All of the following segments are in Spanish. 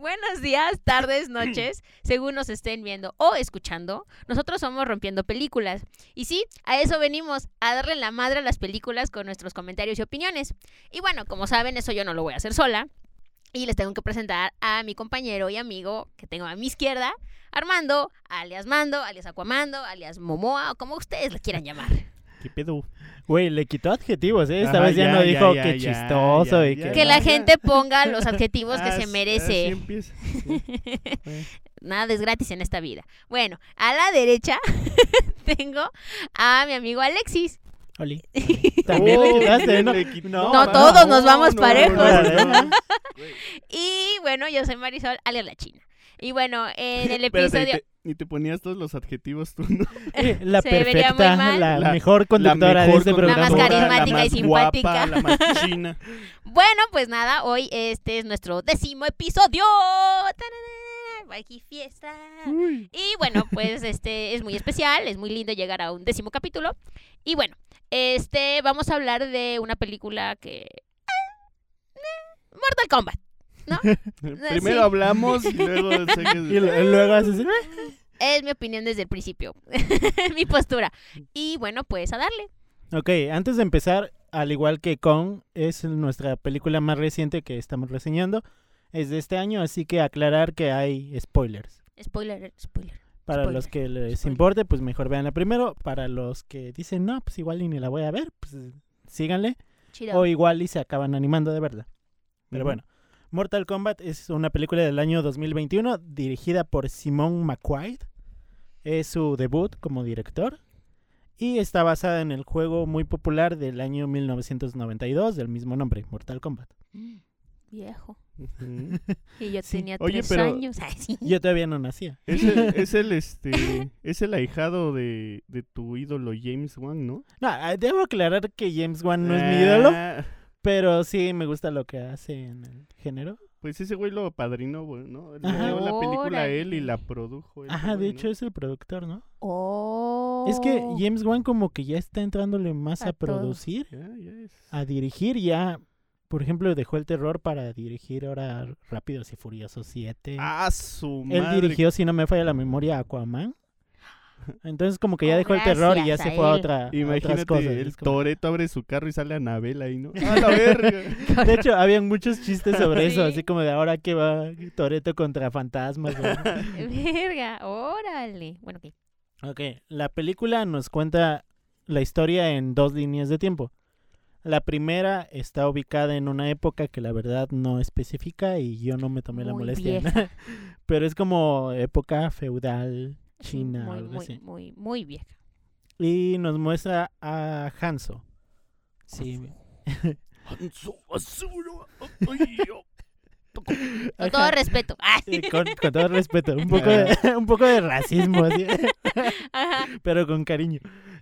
Buenos días, tardes, noches, según nos estén viendo o escuchando. Nosotros somos Rompiendo Películas. Y sí, a eso venimos, a darle la madre a las películas con nuestros comentarios y opiniones. Y bueno, como saben, eso yo no lo voy a hacer sola. Y les tengo que presentar a mi compañero y amigo que tengo a mi izquierda, Armando, alias Mando, alias Aquamando, alias Momoa, o como ustedes le quieran llamar. ¿Qué pedo? Güey, le quitó adjetivos, ¿eh? Esta Ajá, vez ya no dijo que ya, chistoso y ya, que... Que la gente ponga los adjetivos que se Así merece. empieza. Sí. Nada es gratis en esta vida. Bueno, a la derecha tengo a mi amigo Alexis. Oli. También le quitaste, ¿no? le quitó. No, todos nos vamos parejos. no. Y bueno, yo soy Marisol, alias la China. Y bueno, en el Espérate, episodio... ni te ponías todos los adjetivos tú, ¿no? La Se vería muy perfecta, mal. la mejor conductora de este conductora, programa. más carismática la y más simpática. guapa, la más china. Bueno, pues nada, hoy este es nuestro 10º episodio. ¡Tarará! Aquí fiesta. Uy. Y bueno, pues es muy especial, es muy lindo llegar a un 10º capítulo. Y bueno, vamos a hablar de una película que... Mortal Kombat, ¿no? Primero Sí. hablamos y luego sé que... Y luego haces... Es mi opinión desde el principio, mi postura. Y bueno, pues a darle. Ok, antes de empezar, al igual que Kong, es nuestra película más reciente que estamos reseñando. Es de este año, así que aclarar que hay spoilers. Spoiler. Para Spoiler. los que les Spoiler. importe, pues mejor veanla primero. Para los que dicen, no, pues igual y ni la voy a ver, pues síganle. Chido. O igual y se acaban animando de verla. Pero Ujú. bueno, Mortal Kombat es una película del año 2021 dirigida por Simon McQuaid. Es su debut como director y está basada en el juego muy popular del año 1992 del mismo nombre, Mortal Kombat. Viejo. Ujú. Y yo Sí. tenía Oye, 3 pero- años. Ay, sí. Yo todavía no nacía. Es el ahijado de tu ídolo James Wan, ¿no? No, debo aclarar que James Wan no es mi ídolo, Ah, pero sí me gusta lo que hace en el género. Pues ese güey lo padrinó, güey, ¿no? Le Ajá. dio la película a él y Órale. la produjo él. Ajá, de güey, hecho ¿no? es el productor, ¿no? Oh. Es que James Wan como que ya está entrándole más A a todo. producir, Ya es. a dirigir ya. Por ejemplo, dejó el terror para dirigir ahora Rápidos y Furiosos 7. Su Él madre. dirigió, si no me falla la memoria, Aquaman. Entonces como que ya Oh, dejó el terror y ya gracias se a fue a, él. otra, a otras Imagínate, cosas. el Es como- Toretto abre su carro y sale Anabel ahí, ¿no? ¡A la verga! De hecho, habían muchos chistes sobre eso, Sí. así como de ahora que va Toretto contra fantasmas. ¿no? Verga, órale. Bueno, ok. Ok, la película nos cuenta la historia en 2 líneas de tiempo. La primera está ubicada en una época que la verdad no especifica y yo no me tomé la Muy molestia. vieja. Pero es como época feudal china o Muy, algo muy, así. muy, muy vieja. Y nos muestra a Hanzo. Sí. Hanzo Basuro. Ay, yo. Con Ajá. todo respeto. Ay. Con todo respeto, un poco de racismo, así, Ajá. pero con cariño.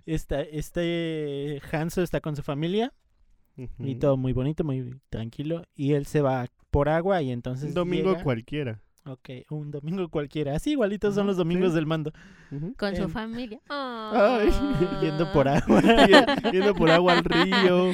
Hanzo está con su familia y todo muy bonito, muy tranquilo. Y él se va por agua y entonces Un domingo llega- cualquiera. Ok, un domingo cualquiera. Así igualitos son Ajá, los domingos sí. del mando. Ujú. Con su Em. familia. Ay, Yendo por agua. Yendo por agua al río.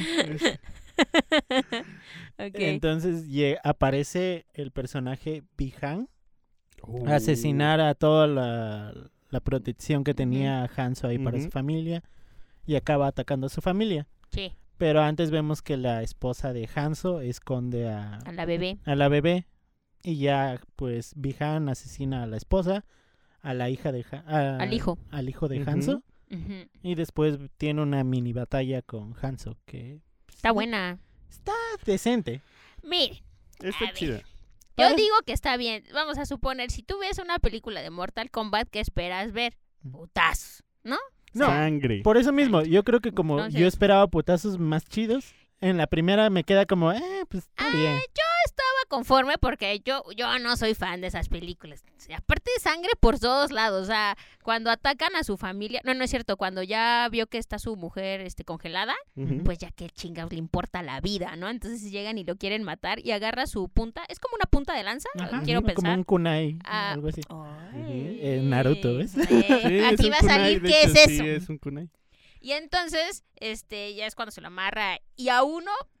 Ok. Entonces aparece el personaje Bi-Han Oh. a asesinar a toda la protección que tenía Hanzo ahí para su Ujú. familia y acaba atacando a su familia. Sí, Pero antes vemos que la esposa de Hanzo esconde a a la bebé. la bebé y ya pues Bi-Han asesina a la esposa, a la hija de Al hijo. al hijo de Ujú. Hanzo Ujú. y después tiene una mini batalla con Hanzo que Está buena. está decente. Miren, Está A ver. chida. yo Pues- digo que está bien. Vamos a suponer, si tú ves una película de Mortal Kombat, ¿qué esperas ver? Putazos, ¿no? No, Sangre. por eso mismo, yo creo que como Entonces- yo esperaba putazos más chidos, en la primera me queda como, pues está bien. Estaba conforme porque yo no soy fan de esas películas. O sea, aparte de sangre por todos lados. O sea, cuando atacan a su familia. No es cierto. Cuando ya vio que está su mujer congelada, Ujú. pues ya que chingados le importa la vida, ¿no? Entonces llegan y lo quieren matar y agarra su punta. Es como una punta de lanza, Ajá, quiero como pensar. un kunai, Ah, algo así. Ay. Naruto, ¿ves? Sí, es Aquí un va a kunai, salir de qué hecho, es sí, eso. es un kunai. Y entonces, ya es cuando se lo amarra. Y a uno,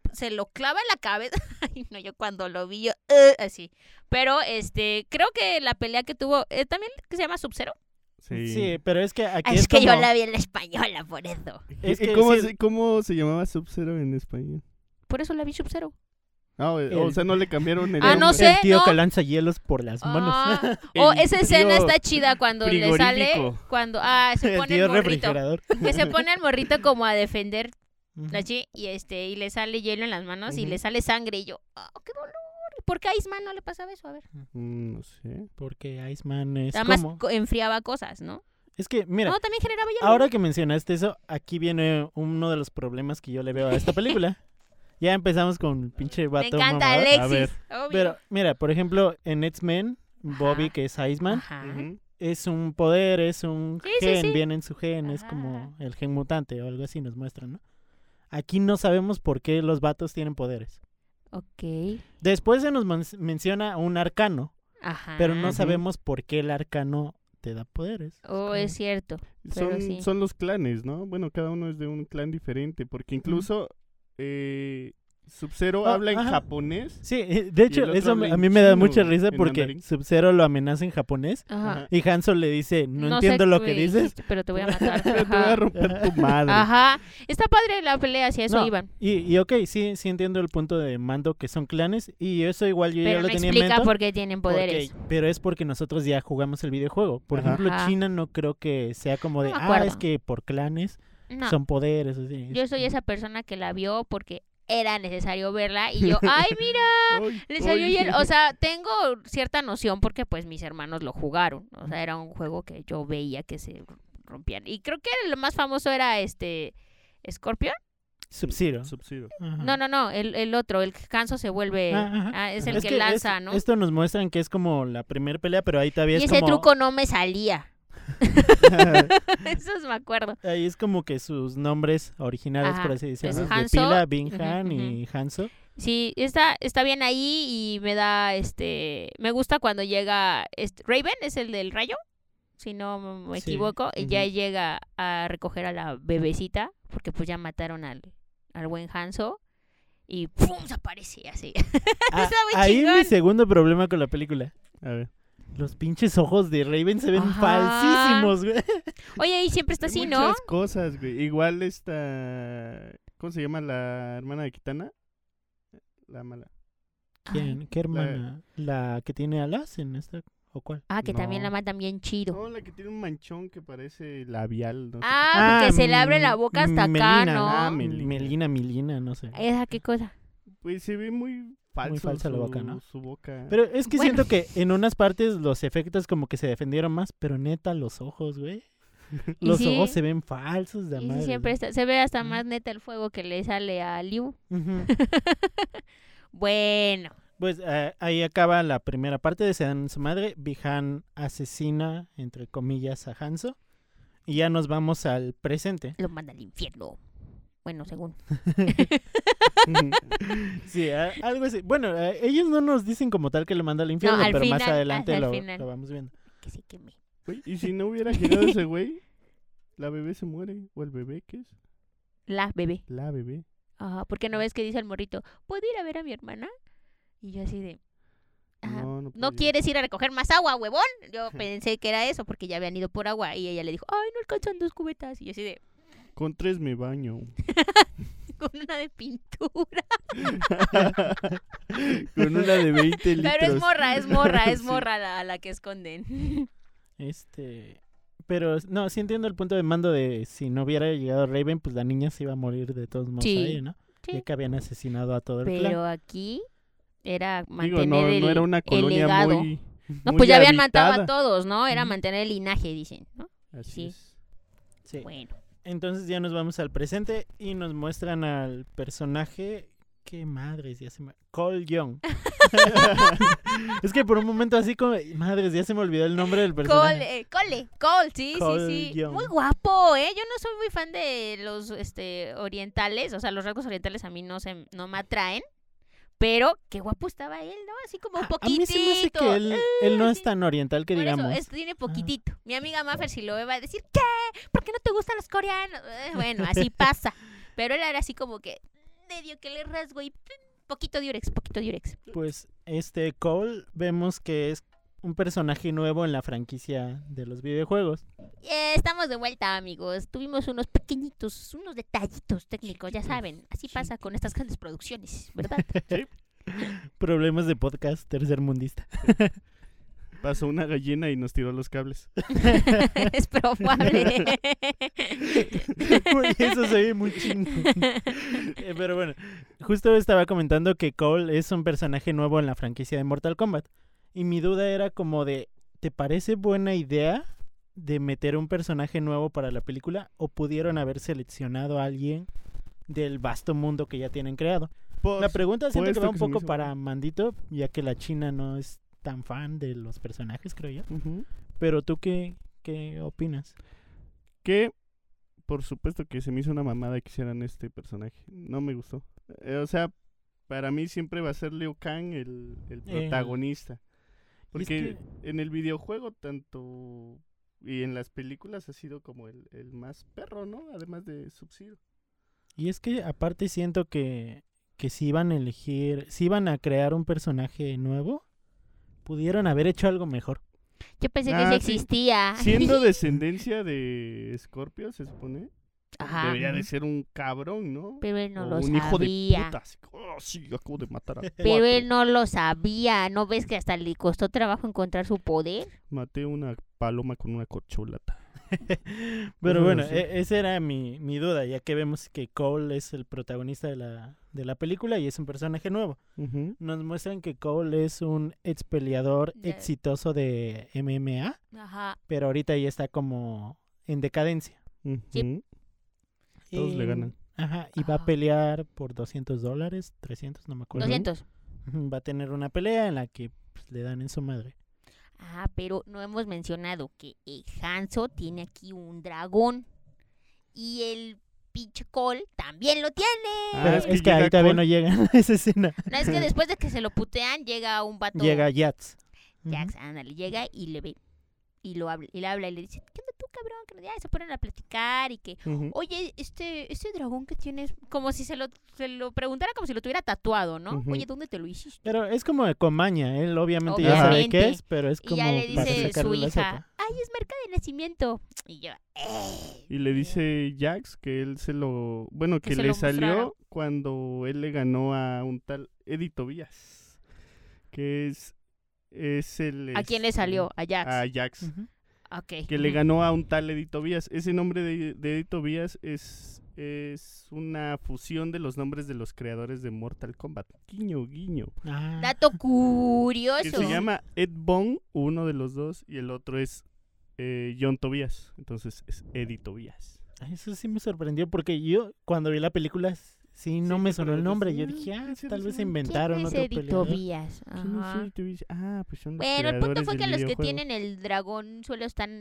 se lo clava en la cabeza. Ay, no, yo cuando lo vi, yo, así. Pero, creo que la pelea que tuvo, también que se llama Sub-Zero. Sí, pero es que aquí Es es que como... yo la vi en la española, por eso. Es ¿Y que cómo se llamaba Sub-Zero en español? Por eso la vi Sub-Zero. Ah, o sea, no le cambiaron el Ah, no nombre. sé. El tío no. que lanza hielos por las manos. Ah, El esa escena tío está chida cuando le sale, frigorífico. cuando se El pone tío el morrito. refrigerador. Que se pone el morrito como a defender, Ujú. así, y le sale hielo en las manos y Ujú. le sale sangre y yo, qué dolor. ¿Por qué a Iceman no le pasaba eso? A ver. No sé. Porque Iceman es Además como... enfriaba cosas, ¿no? Es que, mira, No, también generaba hielo. ahora que mencionaste eso, aquí viene uno de los problemas que yo le veo a esta película. Ya empezamos con el pinche Me vato encanta mamador. A ver. Alexis. Obvio. Pero, mira, por ejemplo, en X-Men, Bobby, Ajá. que es Iceman, Ajá. Ujú. es un poder, es un Sí, sí, gen, sí. viene en su gen, es Ajá. como el gen mutante o algo así nos muestran, ¿no? Aquí no sabemos por qué los vatos tienen poderes. Ok. Después se nos menciona un arcano, Ajá. pero no Ujú. sabemos por qué el arcano te da poderes. Oh, es cierto. Pero Son, sí. son los clanes, ¿no? Bueno, cada uno es de un clan diferente, porque incluso Sub-Zero Ah, habla en ajá. japonés. Sí, de hecho, el otro eso habla a en mí me da chino, mucha risa en porque mandarín. Sub-Zero lo amenaza en japonés Ajá. y Hanzo le dice, no sé entiendo lo qué que me dices. dijiste, pero te voy a matar. Pero te voy a Ajá. romper tu madre. Ajá. Está padre la pelea, si a eso No, iban. Y ok, sí entiendo el punto de mando que son clanes y eso igual yo ya Pero lo no tenía en explica mente. por qué tienen poderes. Pero es porque nosotros ya jugamos el videojuego. Por Ajá. ejemplo, Ajá. China no creo que sea como de, No me acuerdo. es que por clanes No, son poderes. Así. yo soy esa persona que la vio porque era necesario verla y yo, ay, mira, Ay, le salió ay. hielo. O sea, tengo cierta noción porque pues mis hermanos lo jugaron. O sea, era un juego que yo veía que se rompían. Y creo que lo más famoso era Scorpion. Sub-Zero. Sub-Zero. Ajá. No, el otro, el que Hanzo se vuelve, Ajá. es el Es que que lanza, ¿no? Esto nos muestran que es como la primera pelea, pero ahí todavía Y es ese como... truco no me salía. Eso me acuerdo. Ahí es como que sus nombres originales, Ajá, por así decirlo, es de Hanzo, Pila, Binhan ujú, y Hanzo. Sí, está bien ahí y me da, me gusta cuando llega, Raven es el del rayo, si no me Sí, equivoco, y ya ujú. llega a recoger a la bebecita, porque pues ya mataron al buen Hanzo, y ¡pum! Se aparece así. Ah, Está muy ahí mi chingón. segundo problema con la película. A ver. Los pinches ojos de Raven se ven Ajá. falsísimos, güey. Oye, y siempre está Hay así, ¿no? muchas cosas, güey. Igual esta... ¿Cómo se llama la hermana de Kitana? La mala. ¿Quién? ¿Qué hermana? ¿La que tiene alas en esta? ¿O cuál? Que también la No. matan bien chido. No, la que tiene un manchón que parece labial. No sé. Porque se le abre la boca hasta acá, Melina. ¿no? Ah, Melina, no sé. ¿Esa qué cosa? Pues se ve muy falso. falsa la su- boca, ¿no? Su boca. Pero es que Bueno. siento que en unas partes los efectos como que se defendieron más, pero neta, los ojos, güey. Y Los sí. ojos se ven falsos de Y sí, madre. siempre se ve hasta Ujú. más neta el fuego que le sale a Liu. Ujú. Bueno, Pues ahí acaba la primera parte, se dan su madre. Bihan asesina, entre comillas, a Hanzo. Y ya nos vamos al presente. lo manda al infierno. Bueno, según. Sí, algo así. Bueno, ellos no nos dicen como tal que lo manda al infierno, al pero más final, adelante hasta el lo final. vamos viendo. Que sí que me. Güey, y si no hubiera llegado ese güey, la bebé se muere. ¿O el bebé qué es? La bebé. La bebé. Ajá, porque no ves que dice el morrito, ¿puedo ir a ver a mi hermana? Y yo así de, No ¿no puede. quieres ir a recoger más agua, huevón? Yo pensé que era eso, porque ya habían ido por agua. Y ella le dijo, ay, no alcanzan 2 cubetas. Y yo así de, Con 3 me baño. con una de pintura. Con una de 20 litros. Pero es Sí. morra a la que esconden. Pero no, sí entiendo el punto de mando de si no hubiera llegado Raven, pues la niña se iba a morir de todos modos Sí, ahí, ¿no? sí. Ya que habían asesinado a todo el Pero clan. aquí era Digo, mantener no, el, no era una el colonia legado. muy. No, muy pues ya habían matado a habitada. todos, ¿no? Era Ujú. mantener el linaje, dicen, ¿no? Así Sí. es. Sí. Bueno. Entonces ya nos vamos al presente y nos muestran al personaje. ¡Qué madres! Ya se me... Cole Young. Es que por un momento así como... Madres, ya se me olvidó el nombre del personaje. Cole, sí, Cole sí, sí. Young. Muy guapo, ¿eh? Yo no soy muy fan de los orientales, o sea, los rasgos orientales a mí no me atraen, pero qué guapo estaba él, ¿no? Así como un A poquitito. mí se me hace que él no es sí. tan oriental que Por digamos. eso, tiene poquitito. Mi amiga Maffer si lo ve va a decir, ¿qué? ¿Por qué no te gustan los coreanos? Bueno, así pasa. Pero él era así como que medio que le rasgo y poquito diurex. Pues Cole vemos que es un personaje nuevo en la franquicia de los videojuegos. Estamos de vuelta, amigos. Tuvimos unos detallitos técnicos, ya saben. Así pasa con estas grandes producciones, ¿verdad? Problemas de podcast tercermundista. Pasó una gallina y nos tiró los cables. Es probable. Uy, eso se ve muy chingón. Pero bueno, justo estaba comentando que Cole es un personaje nuevo en la franquicia de Mortal Kombat. Y mi duda era como de, ¿te parece buena idea de meter un personaje nuevo para la película? ¿O pudieron haber seleccionado a alguien del vasto mundo que ya tienen creado? La pregunta siento que va un poco para Mandito, ya que la China no es tan fan de los personajes, creo yo. Ujú. Pero tú, ¿qué opinas? Que, por supuesto que se me hizo una mamada que hicieran este personaje. No me gustó. O sea, para mí siempre va a ser Liu Kang el protagonista. Porque en el videojuego tanto y en las películas ha sido como el más perro, ¿no? Además de Sub-Zero. Y es que aparte siento que si iban a crear un personaje nuevo, pudieron haber hecho algo mejor. Yo pensé que sí sí. existía. Siendo descendencia de Scorpio, se supone, Ajá. debería de ser un cabrón, ¿no? Pero él no O lo un hijo de sabía. puta. Así, sí, acabo de matar a Pero cuatro. él no lo sabía. ¿No ves que hasta le costó trabajo encontrar su poder? Maté una paloma con una corcholata. Pero bueno, sí. esa era mi duda, ya que vemos que Cole es el protagonista de la película y es un personaje nuevo. Ujú. Nos muestran que Cole es un ex peleador exitoso de MMA, Ajá. pero ahorita ya está como en decadencia. Ujú. Todos le ganan. Ajá, y va a pelear por $200, 300, no me acuerdo. 200. Ujú, va a tener una pelea en la que pues, le dan en su madre. Ah, pero no hemos mencionado que Hanzo tiene aquí un dragón. Y el pinche Cole también lo tiene. Pero es es que que ahí llega todavía Cole. no llega a esa escena. No, es que después de que se lo putean, llega un vato. Llega Yats. Jax, ándale, llega y le ve. Y lo habla, y le habla y le dice, ¿qué onda tú, cabrón? Que ya se ponen a platicar y que, Ujú. oye, este dragón que tienes, como si se lo preguntara como si lo tuviera tatuado, ¿no? Ujú. Oye, ¿dónde te lo hiciste? Pero es como con maña, él obviamente ya sabe Obviamente. qué es, pero es Y como ya le para dice sacarle su la hija, sopa. ay, es marca de nacimiento. Y yo, Y le dice Jax que él bueno, Que que se le lo salió mostrara. cuando él le ganó a un tal Eddie Tobias, que es el... ¿a quién le salió? A Jax. A Jax, Ujú. Ok. que le ganó a un tal Eddie Tobias. Ese nombre de Eddie Tobias es una fusión de los nombres de los creadores de Mortal Kombat. Guiño, guiño. Ah, Dato curioso. Que se llama Ed Boon, uno de los dos, y el otro es John Tobias. Entonces es Eddie Tobias. eso sí me sorprendió porque yo cuando vi la película sí no Sí, me te sonó el nombre. Yo preguntas, dije, ese tal no vez sé. inventaron ¿Quién es otro Eddie peleador. Tobías? ¿Quién es Ajá. Eddie Tobias? Ah, pues son los Bueno, el punto creadores fue del que los que videojuego. tienen el dragón solo están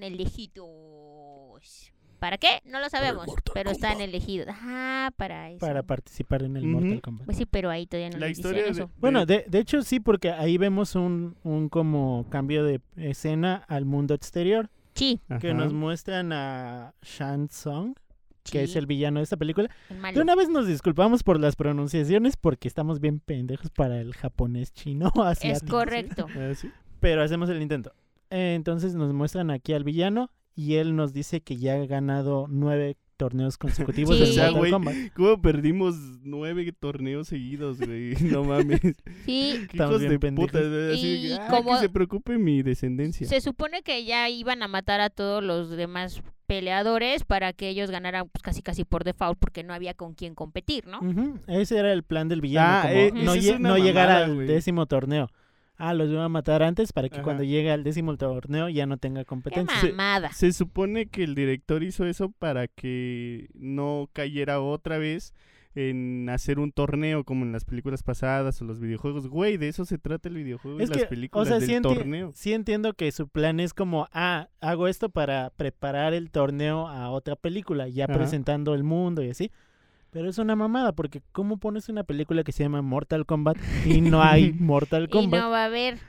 elegidos. ¿Para qué? No lo sabemos, Mortal pero están Kombat. elegidos. Ajá, para eso. Para participar en el Ujú. Mortal Kombat. Pues sí, pero ahí todavía no La les historia dicen de- eso. Bueno, de hecho sí, porque ahí vemos un como cambio de escena al mundo exterior, Sí, que Ajá. nos muestran a Shang Tsung, que es sí, el villano de esta película. el De malo. una vez nos disculpamos por las pronunciaciones porque estamos bien pendejos para el japonés, chino, Es asiático. correcto. Ah, ¿sí? Pero hacemos el intento. Entonces nos muestran aquí al villano y él nos dice que ya ha ganado 9 torneos consecutivos Sí. de O sea, Mortal güey, Kombat. ¿Cómo perdimos 9 torneos seguidos, güey? No mames. Sí, Qué Estamos hijos bien de pendejos. puta. Así de Y que, como- que se preocupe mi descendencia. se supone que ya iban a matar a todos los demás peleadores para que ellos ganaran pues, casi por default porque no había con quién competir, ¿no? Ujú, ese era el plan del villano, Ah, como no, esa es una no llegar mamada, al güey. 10º torneo. Los iba a matar antes para que Ajá. cuando llegue al 10º torneo ya no tenga Qué competencia. Sí. mamada. Se supone que el director hizo eso para que no cayera otra vez en hacer un torneo como en las películas pasadas o los videojuegos. Güey, de eso se trata el videojuego Es y las que, películas o sea, del torneo. sí entiendo que su plan es como, hago esto para preparar el torneo a otra película, ya Ajá. presentando el mundo y así. Pero es una mamada, porque ¿cómo pones una película que se llama Mortal Kombat y no hay Mortal Y Kombat? no va a haber.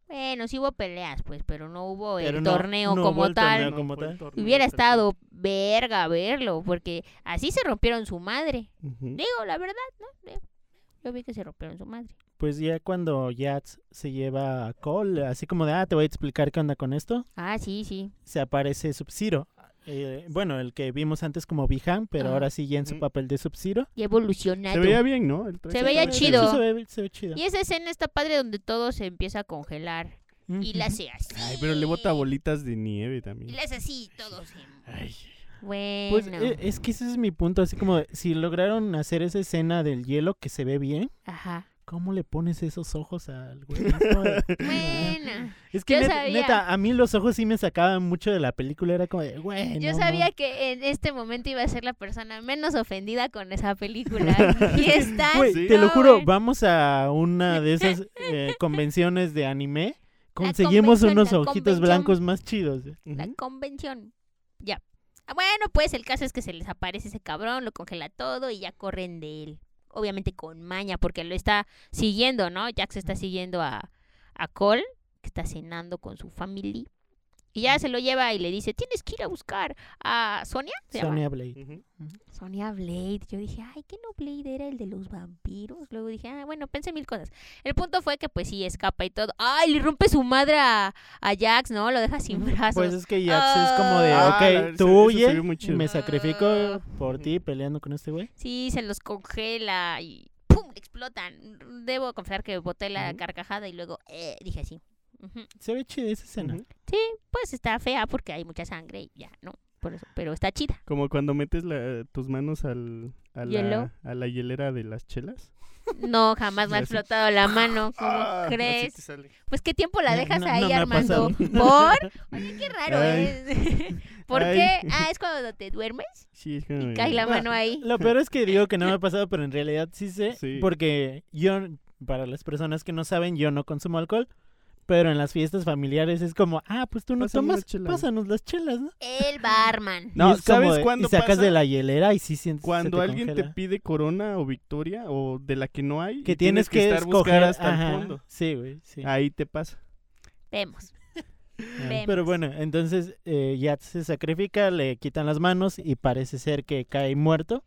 Bueno, sí hubo peleas, pues, pero no hubo Pero el no- torneo no como hubo el tal. torneo como fue el tal. torneo Hubiera per se. estado verga verlo, porque así se rompieron su madre. Ujú. Digo, la verdad, ¿no? Yo vi que se rompieron su madre. Pues ya cuando Yats se lleva a Cole, así como de, te voy a explicar qué onda con esto, Ah, sí, sí. se aparece Sub-Zero. Bueno, el que vimos antes como Bihan, pero Ajá. ahora sí ya en su Ujú. papel de Sub-Zero. Y evolucionado. Se veía bien, ¿no? El traje Se veía estaba- chido. Sí, se ve chido. Y esa escena está padre donde todo se empieza a congelar. Y la hace así. Ay, pero le bota bolitas de nieve Y también. la hace así, todo se... Ay. Bueno. Pues es que ese es mi punto, así como de, si lograron hacer esa escena del hielo que se ve bien, Ajá. ¿cómo le pones esos ojos al güey? Es como de- Bueno. Es que Yo neta, sabía. neta, a mí los ojos sí me sacaban mucho de la película, era como de, güey, Yo no, sabía no. que en este momento iba a ser la persona menos ofendida con esa película. Y está... Güey, Sí. te lo juro, bueno. vamos a una de esas convenciones de anime, conseguimos convención, unos la ojitos convención. blancos más chidos. La Ujú. convención. Ya. Ah, bueno, pues el caso es que se les aparece ese cabrón, lo congela todo y ya corren de él. Obviamente con maña, porque lo está siguiendo, ¿no? Jax está siguiendo a Cole, que está cenando con su familia. Y ya se lo lleva y le dice, tienes que ir a buscar a Sonia. ¿Se llama? Sonya Blade. Ujú. Sonia Blade. Yo dije, ay, ¿qué no Blade era el de los vampiros? Luego dije, bueno, pensé mil cosas. El punto fue que pues sí, escapa y todo. Ay, le rompe su madre a Jax, ¿no? Lo deja sin brazos. Pues es que Jax es como de, Ah, ok, la verdad, tú eso se huye, vio muy chido. me sacrifico Ah. por ti peleando con este güey. Sí, se los congela y ¡pum! Explotan. Debo confesar que boté la Ujú. carcajada y luego dije así. Ujú. Se ve chida esa escena. Ujú. Sí, pues está fea porque hay mucha sangre y ya, ¿no? Por eso, pero está chida. Como cuando metes tus manos ¿Hielo? a la hielera de las chelas. No, jamás me ha Y así. explotado la mano. ¿Cómo Ah, así crees? te sale. Pues qué tiempo la No, dejas no, ahí, no me ha Armando. pasado. ¿Por? Oye, qué raro Ay. es. ¿Por Ay. qué? Ah, es cuando te duermes Sí, es que y cae la mano ahí. Lo peor es que digo que no me ha pasado, pero en realidad sí sé, Sí. porque yo, para las personas que no saben, yo no consumo alcohol, pero en las fiestas familiares es como, pues tú no Pásame tomas, una chela. pásanos las chelas, ¿no? El barman. No, Y es como ¿sabes de- cuándo y sacas pasa? de la hielera y sí sientes Cuando se te alguien te congela. pide Corona o Victoria o de la que no hay, Que y tienes que estar buscar escoger hasta ajá, el fondo. Sí, güey, sí. Ahí te pasa. Vemos. Pero vemos. bueno, entonces Yat se sacrifica, le quitan las manos y parece ser que cae muerto.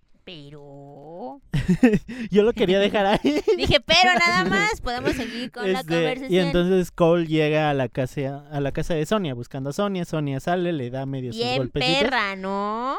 Pero... Yo lo quería dejar ahí. Dije, pero nada más. Podemos seguir con la conversación. Y entonces Cole llega a la casa de Sonia buscando a Sonia. Sonia sale, le da medio sus Bien golpecitos. perra, ¿no?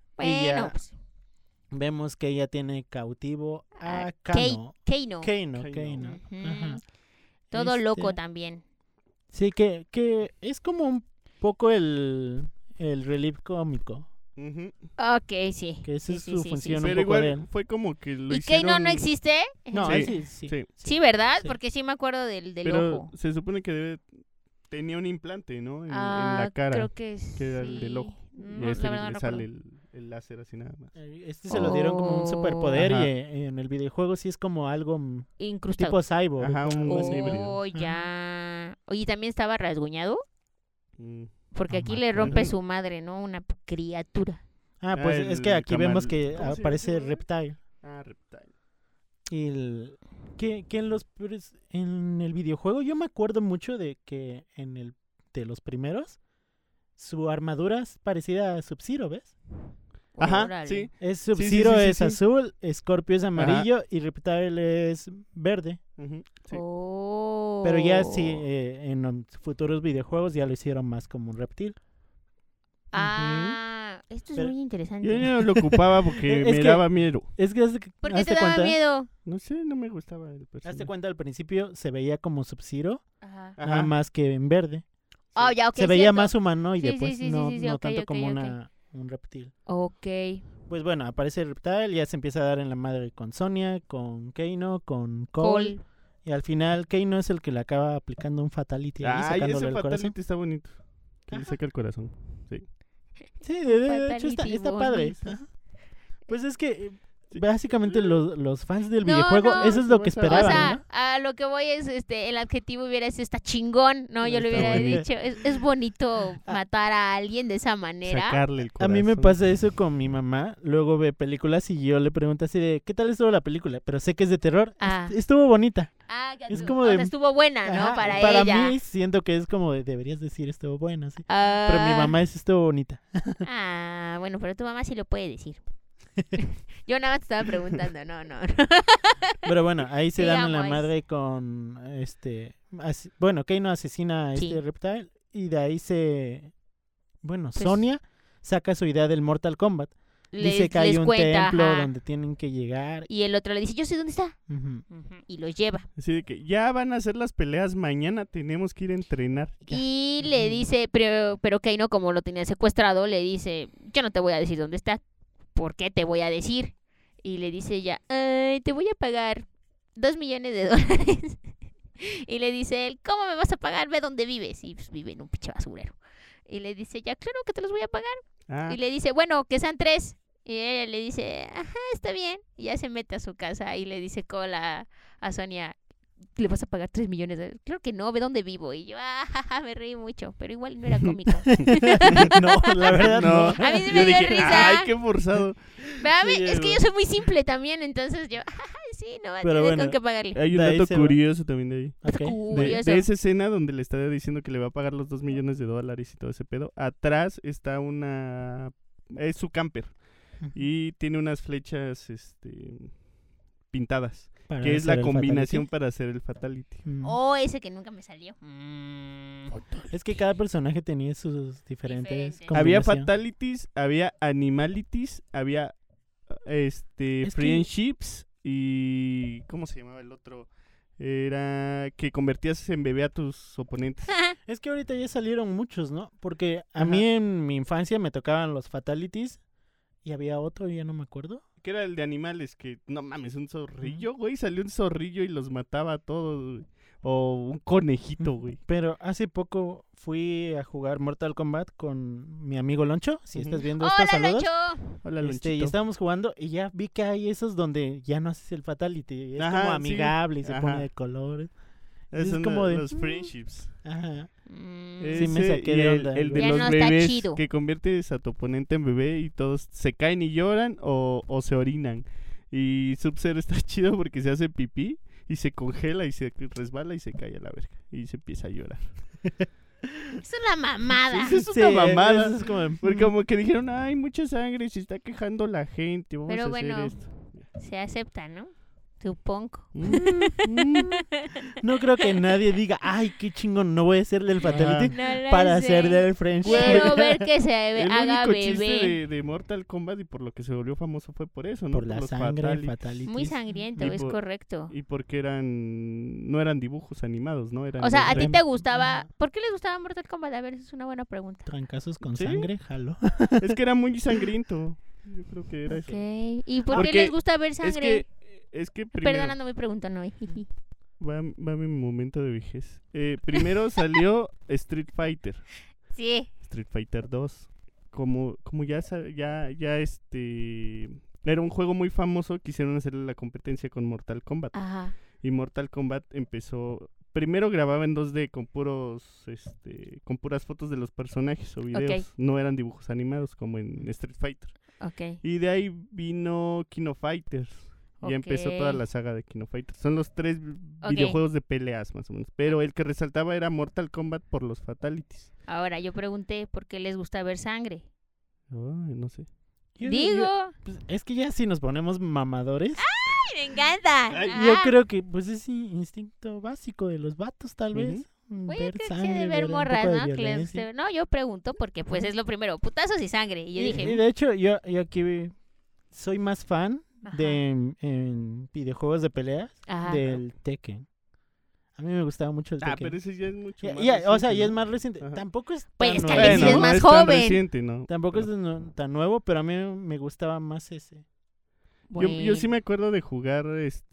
Y ya Bueno, pues, Vemos que ella tiene cautivo a A Kano. Keino. Kano. Ujú. Ajá. Todo loco Este, también. Sí, que es como un poco el relief cómico. Ujú. Ok, sí. Que esa Sí, es sí, su sí, función sí, un Pero poco de igual él. fue como que lo ¿Y hicieron... Keino no existe? No, Sí, sí, sí. sí. Sí, ¿verdad? sí. Porque sí me acuerdo del Pero ojo. se supone que tenía un implante, ¿no? En la cara. Creo que que era sí. el del ojo. No, Y a este la verdad le no sale recuerdo. el láser así nada más. Este se lo dieron como un superpoder Ajá. y en el videojuego sí es como algo Incrustado. tipo cyborg. Ajá, un algo así. híbrido. Oh, ya. Oye, ¿también estaba rasguñado? Mm. Porque No aquí me le rompe acuerdo. su madre, ¿no? Una criatura. Pues es que aquí vemos que ¿cómo se aparece llama? Reptile. Ah, Reptile. Y que en el videojuego yo me acuerdo mucho de que de los primeros su armadura es parecida a Sub-Zero, ¿ves? Ajá, Órale. sí. Es sí, Sub-Zero sí, es sí. azul, Scorpio es amarillo y Reptile es verde. Ujú, sí. Oh. Pero ya sí, en los futuros videojuegos ya lo hicieron más como un reptil. Esto es Pero- muy interesante. Yo ya no lo ocupaba porque Es me que- daba miedo. Es que ¿Por qué hazte te daba cuenta, miedo? No sé, no me gustaba el hazte personaje. cuenta al principio se veía como Sub-Zero, Ajá. Ajá. nada más que en verde. Ah, ya, ok. se veía cierto. más humanoide, Sí, pues, sí, sí, no, sí, sí, no ok, tanto ok, como ok. un reptil. Ok. Pues bueno, aparece Reptile, ya se empieza a dar en la madre con Sonia, con Kano, con Cole. Cole. Y al final Kano es el que le acaba aplicando un fatality ahí, Ay, sacándole ese el corazón. fatality está bonito. Que le Ajá. saca el corazón. Sí, de hecho Fatality está padre. bonito. Ajá. Pues es que básicamente los fans del No, videojuego, no. eso es lo que O sea, O esperaban, sea, ¿no? a lo que voy es, el adjetivo hubiera sido está chingón, ¿no? Yo le Está hubiera bonito. dicho, es bonito matar a alguien de esa manera. Sacarle el A corazón. mí me pasa eso con mi mamá. Luego ve películas y yo le pregunto así de, ¿qué tal estuvo la película? Pero sé que es de terror. Ah. Estuvo bonita. Que Es tú- como o de- sea, estuvo buena, ¿no? Ajá, Para ella. mí siento que es como de, deberías decir estuvo buena, sí. Ah, Pero mi mamá es estuvo bonita. bueno, pero tu mamá sí lo puede decir. Yo nada más te estaba preguntando, no. Pero bueno, ahí se dan en la Digamos. madre con bueno, Kano asesina a Sí. este Reptile y de ahí Pues Sonia saca su idea del Mortal Kombat. Dice que hay les un cuenta, templo ajá. donde tienen que llegar. Y el otro le dice, yo sé dónde está. Ujú. Y los lleva. Así de que ya van a hacer las peleas mañana, tenemos que ir a entrenar. Y le dice, pero Kano, como lo tenía secuestrado, le dice, yo no te voy a decir dónde está. ¿Por qué te voy a decir? Y le dice ella, "Ay, te voy a pagar $2 millones. Y le dice él, ¿cómo me vas a pagar? Ve dónde vives. Y pues, vive en un pinche basurero. Y le dice ella, claro que te los voy a pagar. Ah, Y le dice, bueno, que sean 3. Y ella le dice, ajá, está bien. Y ya se mete a su casa y le dice Cola a Sonia, ¿le vas a pagar 3 millones? Claro que no, ve dónde vivo. Y yo, me reí mucho, pero igual no era cómico. No, la verdad no. A mí sí Yo me dio dije, risa. ay, qué forzado. Pero a mí- Sí, es que güey. yo soy muy simple también, entonces yo, sí, no va a Pero tener bueno, con qué pagarle. Hay un De ahí dato se va. curioso también de ahí. Ok. Curioso. De esa escena donde le está diciendo que le va a pagar los $2 millones y todo ese pedo, atrás está es su camper y tiene unas flechas pintadas, Para que es hacer la el combinación fatality. para hacer el fatality. Mm. Oh, ese que nunca me salió. Es que cada personaje tenía sus diferentes Diferente. Había combinación. fatalities, había animalities, había que- friendships y ¿cómo se llamaba el otro? Era que convertías en bebé a tus oponentes. Es que ahorita ya salieron muchos, ¿no? Porque a Ajá. mí en mi infancia me tocaban los fatalities y había otro, ya no me acuerdo. Que era el de animales, que no mames, un zorrillo, güey, salió un zorrillo y los mataba a todos, güey. O un conejito, güey. Pero hace poco fui a jugar Mortal Kombat con mi amigo Loncho. Si Ujú. estás viendo esto, ¡Hola, saludos. Loncho! Hola, Y Lonchito. estábamos jugando y ya vi que hay esos donde ya no haces el fatality. Es Ajá, como sí. amigable y se Ajá. pone de colores. Esos es son como de- los friendships. Ajá. Mm, Sí, me Ese saqué y de el, onda, el de güey. Ya los no está bebés, chido. que conviertes a tu oponente en bebé y todos se caen y lloran o se orinan. Y Sub-Zero está chido porque se hace pipí y se congela y se resbala y se cae a la verga. Y se empieza a llorar. Es una mamada. Sí, es una mamada. eso es como de- Porque como que dijeron, ay, mucha sangre, se está quejando la gente, vamos Pero a bueno. hacer esto. Se acepta, ¿no? Supongo. No creo que nadie diga, ay, qué chingón, no voy a hacerle el fatality No lo para sé. hacerle el friendship. Quiero ver que se El haga único chiste bebé. de Mortal Kombat y por lo que se volvió famoso fue por eso, ¿no? Por la los sangre, fatalities. fatalities. Muy sangriento, Y es por- correcto. Y porque no eran dibujos animados, ¿no? Eran O sea, los ¿a ti reales. te gustaba? ¿Por qué les gustaba Mortal Kombat? A ver, esa es una buena pregunta. Trancazos con ¿Sí? sangre, jalo. Es que era muy sangriento. Yo creo que era Ok. eso. ¿Y por Porque qué les gusta ver sangre? Es que primero Perdonando mi pregunta, no. va mi momento de vejez. Primero salió Street Fighter. Sí. Street Fighter 2. Como ya era un juego muy famoso, quisieron hacerle la competencia con Mortal Kombat. Ajá. Y Mortal Kombat empezó, primero grababa en 2D con con puras fotos de los personajes o videos, Ok. no eran dibujos animados como en Street Fighter. Ok. Y de ahí vino Kino Fighters. Y empezó toda Ok. la saga de Kino Fighters. Son los 3 Ok. videojuegos de peleas más o menos. Pero el que resaltaba era Mortal Kombat por los fatalities. Ahora, yo pregunté por qué les gusta ver sangre. Ay, no sé. Digo. Pues, es que ya si nos ponemos mamadores, ¡Ay, me encanta! Ay, yo Ah, creo que pues es instinto básico de los vatos, tal Ujú. vez. Güey, Ver yo creo que sangre, sí de ver ver un morras, poco de ¿no? Que les violencia. guste- No, yo pregunto porque pues es lo primero, putazos y sangre. Y yo Y dije, de hecho, yo aquí soy más fan Ajá. de en videojuegos de peleas Ajá. del Tekken. A mí me gustaba mucho el Ah, Tekken. pero ese ya es mucho Ya- más ya, o sea, reciente, ya es ¿no? más reciente. Ajá. Tampoco es Pues tan es que nuevo. Alexis es más no tan joven. reciente, ¿no? Tampoco Pero- es tan nuevo, pero a mí me gustaba más ese. Yo sí me acuerdo de jugar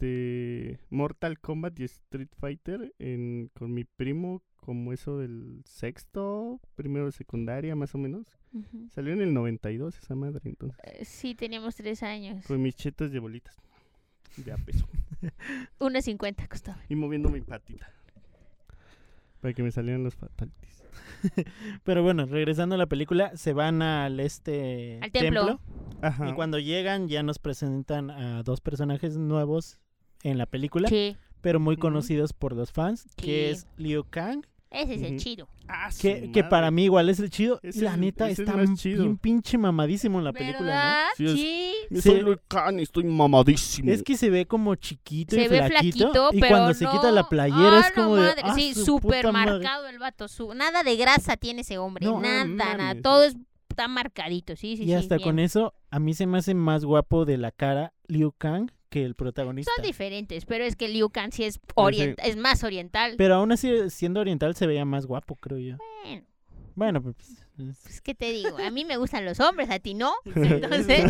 Mortal Kombat y Street Fighter con mi primo, como eso del primero de secundaria más o menos. Ujú. Salió en el 92 esa madre, entonces. Sí, teníamos 3 años. Con mis chetos de bolitas. De a peso. 1.50 costaba. Y moviendo mi patita. Para que me salieran los fatalities. Pero bueno, regresando a la película, se van al Al templo. Ajá. y cuando llegan ya nos presentan a 2 personajes nuevos en la película, Sí, pero muy Ujú. conocidos por los fans, Sí. que es Liu Kang, ese es el Ujú. chido. Ah, su que para madre. mí igual es el chido, Es y la el- neta es el está más chido. bien pinche mamadísimo en la película, ¿Verdad? Sí, es- Sí. Yo Sí. soy Liu Kang y estoy mamadísimo. ¿no? Es que se ve como chiquito y Se ve flaquito, flaquito, y pero cuando se no. quita la playera es no como de, madre. "Ah, Sí, su súper puta madre". marcado el vato. Nada de grasa tiene ese hombre. No, nada, no nada. mames. Todo está marcadito. Sí, sí, Y sí. hasta bien. con eso, a mí se me hace más guapo de la cara Liu Kang que el protagonista. Son diferentes, pero es que Liu Kang sí es, Ese- es más oriental. Pero aún así, siendo oriental, se veía más guapo, creo yo. Bueno, Bueno, pues... pues, ¿qué te digo? A mí me gustan los hombres, a ti no. Entonces,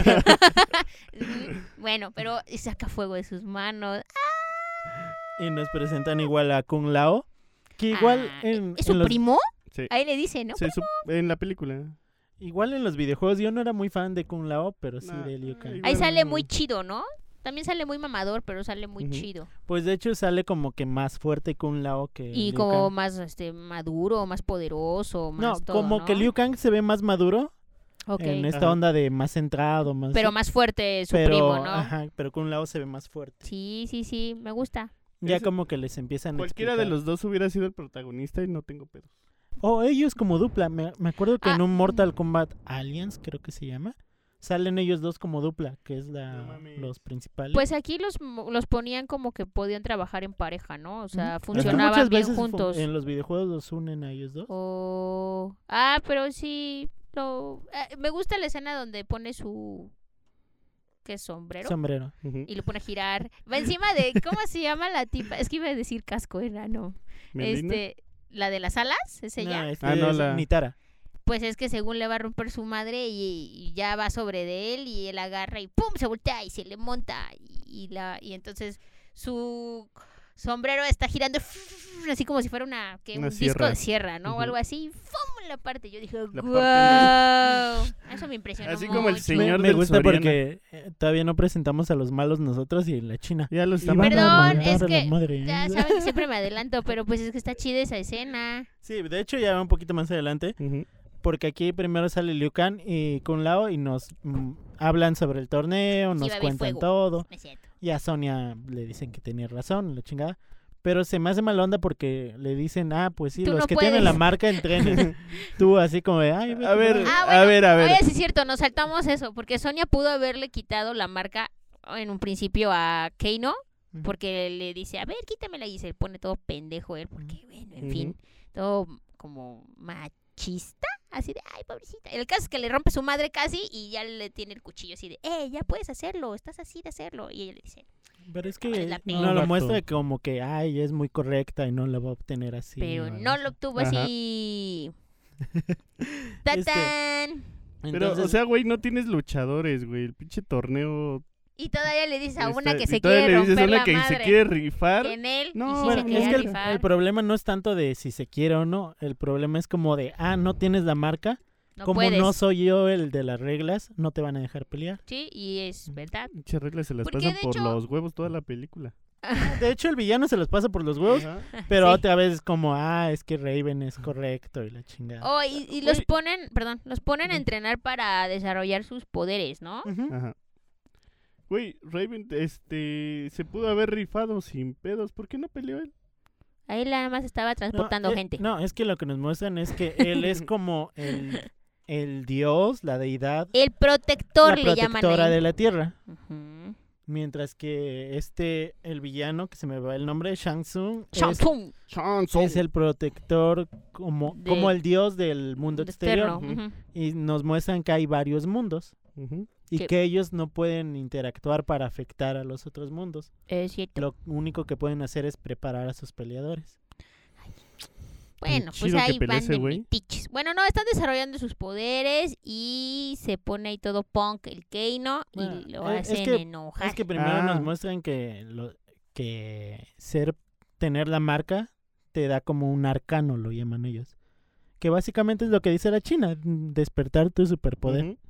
bueno, pero saca fuego de sus manos. Y nos presentan igual a Kung Lao, que igual Ah, en, ¿es su en los, primo? Sí. Ahí le dice, ¿no? En la película. igual en los videojuegos yo no era muy fan de Kung Lao, pero sí Nah, de Liu Kang. igual. Ahí sale muy chido, ¿no? También sale muy mamador, pero sale muy Ujú. chido. Pues de hecho sale como que más fuerte Kung Lao que Y Liu como Kang. más maduro, más poderoso, más No, todo, como ¿no? que Liu Kang se ve más maduro Ok. en esta Ajá. onda de más centrado, más... Pero más fuerte su pero, primo, ¿no? Ajá, pero Kung Lao se ve más fuerte. Sí, sí, sí, me gusta. Ya Ese- como que les empiezan a Cualquiera de explicar. los dos hubiera sido el protagonista y no tengo pedos. O ellos como dupla. Me acuerdo que en Ah. un Mortal Kombat Aliens, creo que se llama, salen ellos dos como dupla, que es No mames. los principales. Pues aquí los ponían como que podían trabajar en pareja, ¿no? O sea, Es que funcionaban muchas bien veces juntos. en los videojuegos los unen a ellos dos. Oh. Pero sí. Me gusta la escena donde pone su. ¿Qué es? Sombrero. Sombrero. Ujú. Y lo pone a girar. Va encima de. ¿Cómo se llama la tipa? Es que iba a decir casco, era, no. ¿Melina? La de las alas, ¿es ella? No, no, es la- Nitara. Pues es que según le va a romper su madre y ya va sobre de él y él agarra y ¡pum! Se voltea y se le monta y entonces su sombrero está girando así como si fuera Una un disco sierra. de sierra, ¿no? O Ujú. algo así, ¡fum! La parte. Yo dije, La ¡guau! parte Eso me impresionó Así como el mucho. señor Me del gusta Soriana. porque todavía no presentamos a los malos nosotros y la China. Ya lo Y estamos. van a Perdón, mandar es a la que madre. ya saben que siempre me adelanto, pero pues es que está chida esa escena. Sí, de hecho ya un poquito más adelante, Ujú. porque aquí primero sale Liu Kang y Kung Lao y nos hablan sobre el torneo, Sí, nos va a haber cuentan fuego. todo. No es cierto. Y a Sonia le dicen que tenía razón, la chingada. Pero se me hace mala onda porque le dicen, pues sí, Tú los no que tienen puedes. la marca entrenen. Tú así como de, ay, vete A ver, para allá". Ah, a ver. Oye, sí es cierto, nos saltamos eso, porque Sonia pudo haberle quitado la marca en un principio a Keino, Ujú. porque le dice, a ver, quítamela, y se pone todo pendejo él, porque, bueno, en Ujú. fin, todo como machista, así de, ay, pobrecita. El caso es que le rompe su madre casi y ya le tiene el cuchillo así de, ya puedes hacerlo, estás así de hacerlo. Y ella le dice, Pero es Vale que la no pena. lo vato. muestra como que, ay, es muy correcta y no la va a obtener así. pero o algo no así. lo obtuvo Ajá. así. Este, ¡Tatán! Pero, Entonces, o sea, güey, no tienes luchadores, güey. El pinche torneo. Y todavía le dice a una que y se todavía quiere le dices a romper una la que madre. se quiere rifar. En él, No, y sí bueno, se es quería que rifar. el problema no es tanto de si se quiere o no. El problema es como de, no tienes la marca. No Como puedes. no soy yo el de las reglas, no te van a dejar pelear. Sí, y es verdad. Pinche reglas se las Porque, pasan de por hecho- los huevos toda la película. De hecho, el villano se los pasa por los huevos, Ajá. pero Sí. otra vez es como, es que Raven es correcto y la chingada. Oh, y los Oye. ponen, perdón, los ponen a Ujú. entrenar para desarrollar sus poderes, ¿no? Ujú. Ajá. Güey, Raven, se pudo haber rifado sin pedos. ¿Por qué no peleó él? Ahí nada más estaba transportando gente. No, es que lo que nos muestran es que él es como el dios, la deidad, El protector la le llaman protectora ahí. de la tierra. Ujú. Mientras que el villano, que se me va el nombre, Shang Tsung, Shang Tsung, es el protector como el dios del mundo exterior. externo. Ujú. Y nos muestran que hay varios mundos Ujú. y Sí. que ellos no pueden interactuar para afectar a los otros mundos. Es cierto. Lo único que pueden hacer es preparar a sus peleadores. Bueno, pues chido que ahí pelee van ese de güey. metiches. Bueno, no, están desarrollando sus poderes y se pone ahí todo punk el Keino Bueno, y lo es hacen que- enojar. Es que primero nos Ah. muestran que tener la marca te da como un arcano, lo llaman ellos. Que básicamente es lo que dice la China, despertar tu superpoder. Ujú.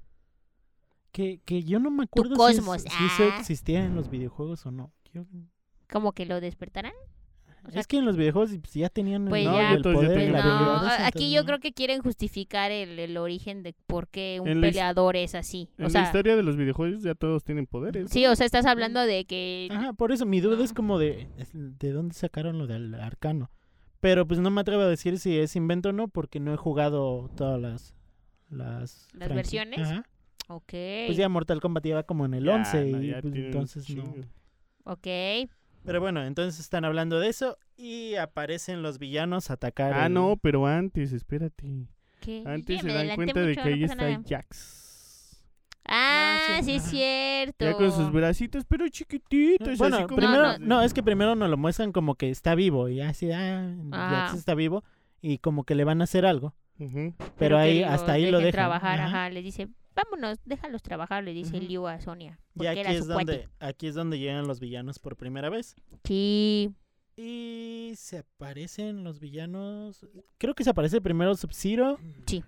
Que yo no me acuerdo cosmos, si eso ah. existía en los videojuegos o no. ¿Como que lo despertarán? O sea, Es que en los videojuegos pues, ya tenían Pues el, ya. el todos ya poder, tenían la poder. habilidad No, esa, aquí entonces yo no. creo que quieren justificar el origen de por qué un En la his- peleador es así. En O la sea, historia de los videojuegos ya todos tienen poderes. sí, o sea, estás hablando de que... Ajá, por eso mi duda No. es como de dónde sacaron lo del arcano. Pero pues no me atrevo a decir si es invento o no, porque no he jugado todas las versiones. Ajá. Ok, Pues ya Mortal Kombat iba como en el Ya, 11 no, y ya pues, tienen un entonces no. chingo. ok. Pero bueno, entonces están hablando de eso y aparecen los villanos a atacar. Ah, el- no, pero antes, espérate. ¿Qué? Antes Ya se me dan adelanté cuenta de mucho, que no ahí pasa está nada. Jax. Ah, sí es ajá. cierto. Ya con sus bracitos, pero chiquititos. Bueno, así como primero, No, no, es que primero nos lo muestran como que está vivo y así, Ah. Jax está vivo y como que le van a hacer algo. Ujú. Pero que ahí, los hasta ahí lo dejen dejan. trabajar, Ajá. ajá. Le dice, vámonos, déjalos trabajar, le dice Ujú. Liu a Sonia. Y Porque aquí era es, su cuate. aquí es donde llegan los villanos por primera vez. Sí. Y se aparecen los villanos. Creo que se aparece primero Sub-Zero. Sí.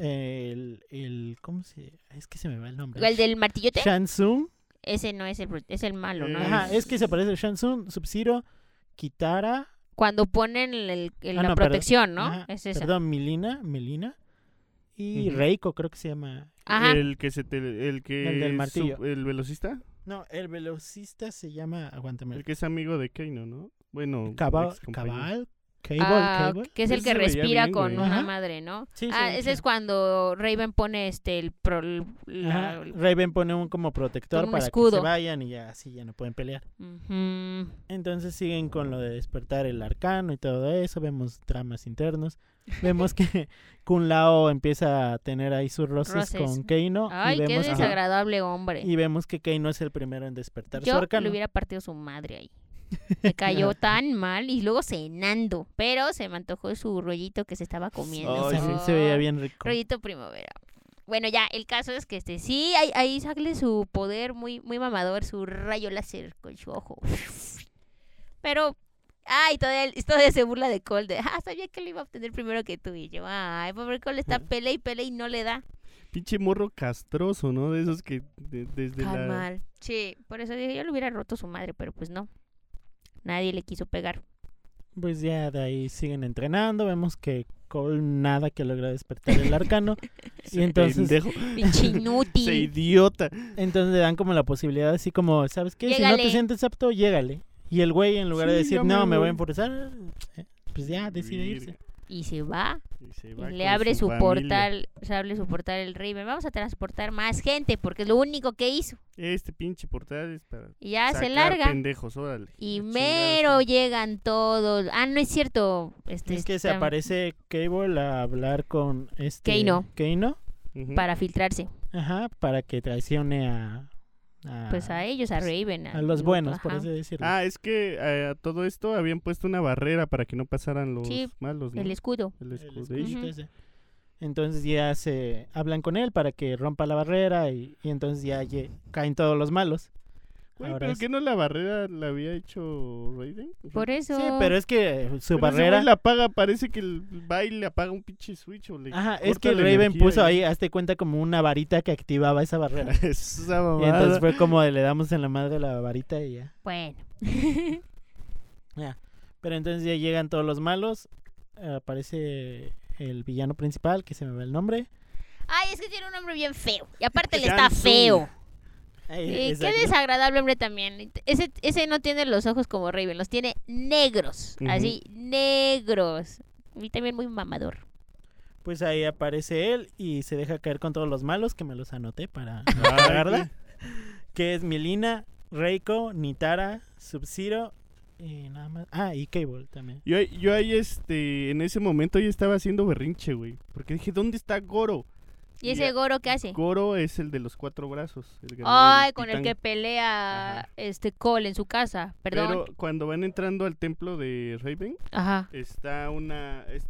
¿Cómo se...? Es que se me va el nombre. El del martillote, Shang Tsung. ese no es es el malo, ¿no? Ajá, es que se aparece Shang Tsung, Sub-Zero, Kitara. Cuando ponen la no, protección, ¿no? Ajá, Es esa. Perdón, Melina. Y Ujú. Reiko, creo que se llama. Ajá. El que El del martillo. el velocista, No, el velocista se llama. Aguántame. el que es amigo de Keino, ¿no? Bueno, Cabal. excompañero. Cable. Que es el Ese que se veía respira bien, con güey. una Ajá. madre, ¿no? Sí, Ah, sí, ese sí. es cuando Raven pone Ajá, Raven pone un como protector Con un para que escudo. se vayan y ya así ya no pueden pelear. Ujú. Entonces siguen con lo de despertar el arcano y todo eso. Vemos dramas internos. Vemos que Kun Lao empieza a tener ahí sus roces Roces. con Keino. Ay, y qué vemos desagradable hombre. y vemos que Keino es el primero en despertar su Yo arcano. le hubiera partido su madre ahí. Me cayó tan mal y luego cenando. Pero se me antojó su rollito que se estaba comiendo. Ay, Sí, sí. se veía bien rico. Rollito primavera. Bueno, ya, el caso es que sí, ahí sale su poder muy, muy mamador, su rayo láser con su ojo. Pero, ay, todavía se burla de Cole de, sabía que lo iba a obtener primero que tú. Y yo, ay, pobre Cole está pelea y no le da. Pinche morro castroso, ¿no? De esos que desde la... Mal. Sí, por eso dije, yo le hubiera roto su madre, pero pues no. Nadie le quiso pegar. Pues ya de ahí siguen entrenando. Vemos que Cole nada que logra despertar el arcano. y entonces, Pendejo, Pinche ese inútil. idiota. entonces le dan como la posibilidad así como, ¿sabes qué? Si no Llégale. te sientes apto, llégale. Y el güey en lugar de Sí, decir, ya me no, me voy a voy". enforzar, pues ya decide irse. Virga. Y se va. Y se Y va le con abre su familia. portal. Se abre su portal el Raven. Vamos a transportar más gente porque es lo único que hizo. Este pinche portal es para Y ya se sacar larga. pendejos, órale. Y A mero chingados. llegan todos. Ah, no es cierto. Es que se están aparece Cable a hablar con Keino. Keino. Ujú. para filtrarse. Ajá, para que traicione a Pues a ellos, a Raven. a los al buenos, grupo, por ajá. así decirlo. Ah, es que a todo esto habían puesto una barrera para que no pasaran los Sí, malos, ¿no? El escudo. El El escudo. escudito Ujú. ese. Entonces ya se hablan con él para que rompa la barrera y entonces ya caen todos los malos. Güey, Ahora pero es- que no la barrera la había hecho Raiden. O sea, Por eso. Sí, pero es que su pero ese barrera... güey la apaga, parece que va y le apaga un pinche switch o le Ajá, es corta que el la Raven energía puso y- ahí, hazte cuenta, como una varita que activaba esa barrera. Esa Y mamada. entonces fue como de, le damos en la madre la varita y ya. Bueno. Ya. Pero entonces ya llegan todos los malos. Aparece el villano principal, que se me va el nombre. Ay, es que tiene un nombre bien feo. Y aparte le Shang está Tsung. feo. Ay, Qué exacto. desagradable hombre también. Ese no tiene los ojos como Raven, los tiene negros. Ujú. Así, negros. Y también muy mamador. Pues ahí aparece él y se deja caer con todos los malos, que me los anoté para no Ay, cagarla. Que es Milina, Reiko, Nitara, Sub-Zero y nada más. Ah, y Cable también. Yo ahí, en ese momento yo estaba haciendo berrinche, güey. Porque dije, ¿dónde está Goro? ¿Y ese Goro qué hace? Goro es el de los 4 brazos. El guerrero Ay, del con el titán. que pelea Ajá. Cole en su casa. Perdón. Pero cuando van entrando al templo de Raven, Ajá. está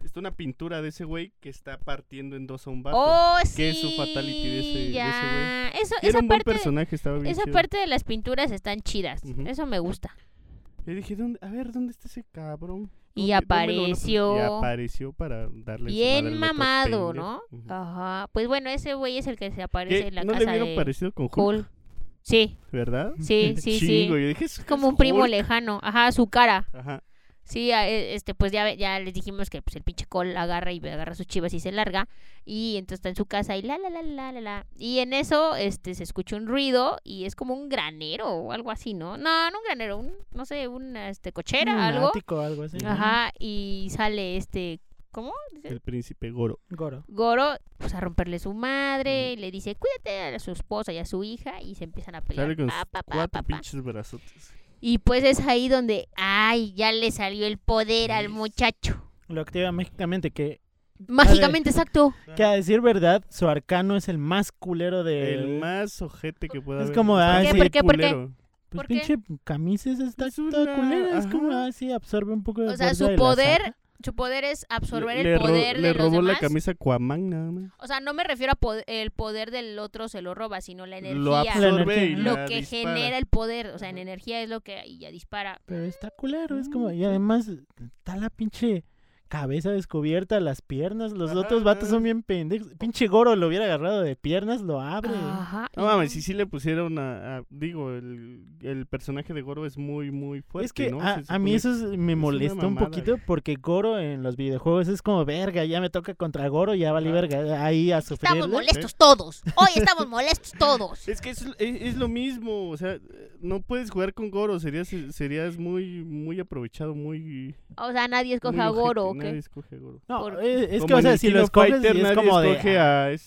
está una pintura de ese güey que está partiendo en dos a un vato. Oh, sí. Que es su fatality de ese güey. Ya. Y era Esa un buen parte, personaje, estaba bien esa chido. parte de las pinturas están chidas. Ujú. Eso me gusta. Yo dije, ¿dónde está ese cabrón? Y ¿Dónde me lo van a poner? apareció. Y apareció para darle su madre Bien al otro mamado, pendejo. ¿no? Ujú. Ajá. Pues bueno, ese güey es el que se aparece ¿Qué? en la ¿No le casa vieron de parecido con Hulk? Hulk. Sí, ¿Verdad? sí, sí, sí. Chingo, yo dije, Es como un primo lejano. Ajá, su cara. Ajá. Sí, pues ya les dijimos que pues el pinche Cole agarra sus chivas y se larga. Y entonces está en su casa y la. Y en eso, se escucha un ruido y es como un granero o algo así, ¿no? No, no un granero, no sé, una cochera, Un algo. ático, algo así. Ajá, y sale ¿cómo? El príncipe Goro. Goro. Goro, pues a romperle su madre, y le dice, cuídate a su esposa y a su hija, y se empiezan a pelear. Sale con Pa, sus pa, pa, 4 pa, pa. pinches brazotes. Y pues es ahí donde, ya le salió el poder al muchacho. Lo activa mágicamente, que Mágicamente, exacto. a decir verdad, su arcano es el más culero de... El más ojete que pueda Es haber. como, Está ah, muy sí. ¿Por qué? culero. Pues ¿por qué? pinche camisas está Es toda una- culera. Es como, ajá. sí, absorbe un poco de O sea, fuerza su y la poder saca. Su poder es absorber Le el poder le de los robó la demás. camisa a Aquaman nada más. O sea, no me refiero a el poder del otro se lo roba, sino la energía. Lo absorbe y Lo la que dispara. genera el poder. O sea, en energía es lo que y ya dispara. Pero está culero, es como... Y además está la pinche cabeza descubierta, las piernas. Los Ajá, otros vatos ajá. son bien pendejos. Pinche Goro lo hubiera agarrado de piernas, lo abre. Ajá. No mames, si sí le pusieron digo, el personaje de Goro es muy, muy fuerte, Es que ¿no? a Se mí supone- eso me molesta un mamada, poquito güey. porque Goro en los videojuegos es como, verga, ya me toca contra Goro, ya valí Ajá. verga, ahí a sufrir. Estamos molestos todos. Hoy estamos molestos todos. Es que es lo mismo, o sea, no puedes jugar con Goro, serías muy, muy aprovechado, muy... O sea, nadie escoge muy a ojete, Goro, ¿o Nadie qué? escoge a Goro. No, Por- es Como que, o en sea, el si King lo of escoges, Fighter, sí es nadie como de... escoge a O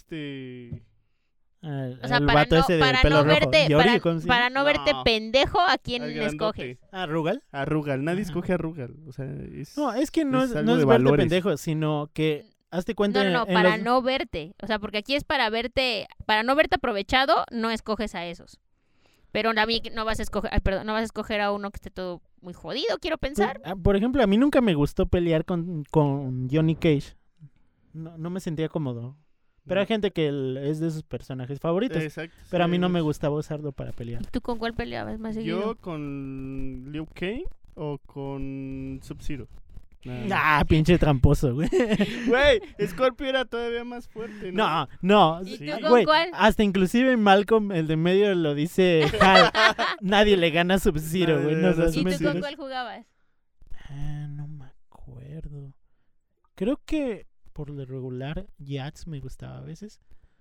sea, el para vato no, ese del para pelo no rojo. verte, Yori, ¿cómo se llama? para no verte No. pendejo, ¿a quién al grandote, escoges? Ah, ¿Rugal? a Rugal, nadie Ajá. escoge a Rugal, o sea, No, es que no es es, algo no de es verte valores. pendejo, sino que hazte cuenta No, en para los- no verte. O sea, porque aquí es para no verte aprovechado, no escoges a esos. Pero no vas a escoger a uno que esté todo muy jodido, quiero pensar. Por ejemplo, a mí nunca me gustó pelear con Johnny Cage. No me sentía cómodo. Pero hay gente que es de sus personajes favoritos. Exacto. Pero a mí no me gusta. gustaba usarlo para pelear. ¿Y tú con cuál peleabas más seguido? Yo con Liu Kang o con Sub-Zero. Nada más. Ah, pinche tramposo, güey. Güey, Scorpio era todavía más fuerte, ¿no? No. ¿Y Sí. tú con Güey, cuál? hasta inclusive Malcolm, el de medio, lo dice Hal. Nadie le gana a Sub-Zero, Nadie güey. le No gana a seas ¿Y tú mentiroso. con cuál jugabas? No me acuerdo. Creo que por lo regular Yats me gustaba a veces.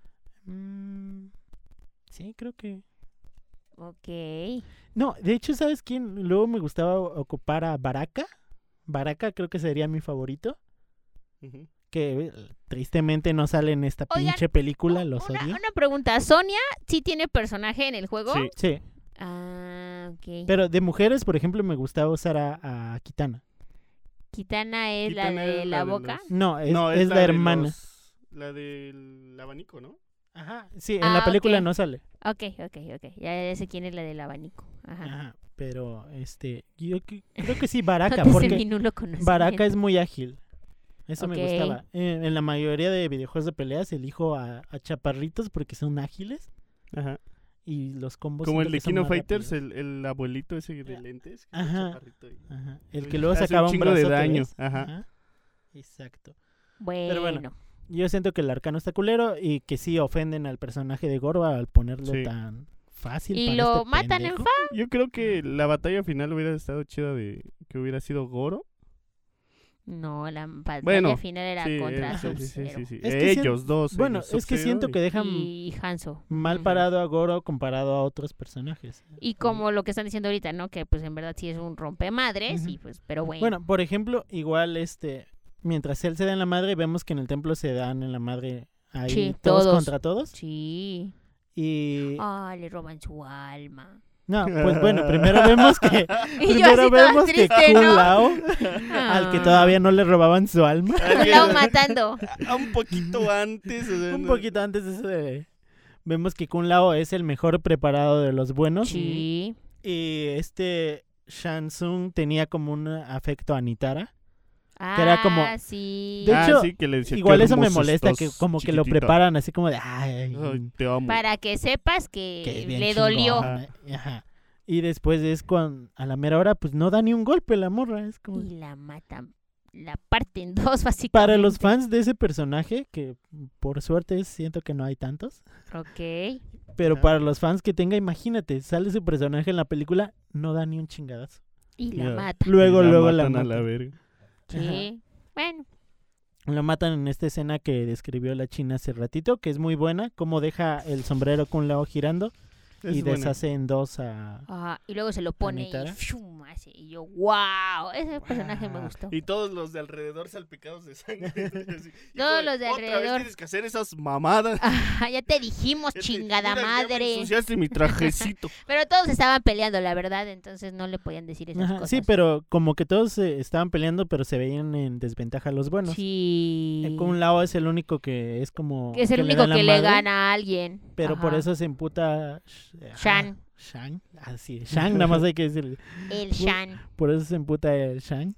Sí, creo que... Ok. No, de hecho, ¿sabes quién? Luego me gustaba ocupar a Baraka. Baraka creo que sería mi favorito. Ujú. Que tristemente no sale en esta Oigan, pinche película, los odio. Una pregunta. ¿Sonia sí tiene personaje en el juego? Sí. Sí, Ah, ok. pero de mujeres, por ejemplo, me gustaba usar a Kitana. Kitana es la Kitana de era la la de boca. los- No, es No, la de hermana. la del abanico, ¿no? Ajá, sí, en la película ok. no sale. Ok. Ya sé quién es la del abanico. Ajá. Ajá, pero creo que sí, Baraka, No te sé mi porque nulo conocimiento. Baraka es muy ágil. Eso me Ok. gustaba. En la mayoría de videojuegos de peleas elijo a chaparritos porque son ágiles Ajá. y los combos Como siento el de que son King of más Fighters, rápidos. el abuelito ese de lentes. que es Ajá. chaparrito y- Ajá, el Uy, que luego hace un sacaba un chingo de brazote, daño, ¿ves? ajá. Exacto. Bueno. bueno. Yo siento que el arcano está culero y que sí ofenden al personaje de Goro al ponerlo Sí. tan fácil. Y para lo este matan en pendejo. Yo creo que la batalla final hubiera estado chida de que hubiera sido Goro. No, la batalla Bueno, final era Sí, contra sí, Sub-Zero. sí. Es que Ellos dos. Bueno, ellos, es que Sub-Zero siento y- que dejan Y Hanzo. mal Ujú. parado a Goro comparado a otros personajes. Y como lo que están diciendo ahorita, ¿no? Que pues en verdad sí es un rompemadres, Ujú. y pues, pero bueno. Bueno, por ejemplo, igual mientras él se da en la madre, vemos que en el templo se dan en la madre ahí Sí, todos todos. contra todos. Sí. Y Le roban su alma. no, pues bueno, primero vemos que Y yo primero así toda vemos que triste, Kun ¿no? Lao, al que todavía no le robaban su alma. Kun Lao matando. Un poquito antes. o sea, Un no- poquito antes de ese vemos que Kun Lao es el mejor preparado de los buenos. Sí. Y Shang Tsung tenía como un afecto a Nitara. que era como... sí. De hecho, sí, que le decía, igual "Qué eso me hermoso molesta, estás, que como que lo chiquitita. preparan así como de... Ay, Ay, te amo. Para que sepas que que bien le dolió. chingona". Ajá. Y después es cuando a la mera hora pues no da ni un golpe la morra. Es como... Y la matan. La parten dos, básicamente. Para los fans de ese personaje, que por suerte siento que no hay tantos, Ok. pero Ajá. para los fans que tenga, imagínate, sale ese personaje en la película, no da ni un chingadazo. Y la Ya. matan. Luego Y la matan a matan. la verga. Sí. Bueno. Lo matan en esta escena que describió la China hace ratito, que es muy buena, como deja el sombrero con un lado girando Es y buena. deshace en dos a... Ajá, y luego se lo pone y mitad. ¡fum! Hace. Y yo, wow, ese personaje me Ah, gustó. Y todos los de alrededor salpicados de sangre. Así, Todos "Hijo los de otra vez alrededor". tienes que hacer esas mamadas. Ajá, ya te dijimos, Ya te- chingada mira, ya me madre. ensuciaste mi trajecito. Pero todos estaban peleando, la verdad, entonces no le podían decir esas Ajá, cosas. sí, pero como que todos estaban peleando, pero se veían en desventaja los buenos. Sí. Con Lao es el único que es como... Que es el le único da la que le madre, gana a alguien. Pero por Ajá. eso se emputa... Shan. Shang. Ah, sí, Shang, nada más hay que decirle. El Shan. Por eso se emputa el Shang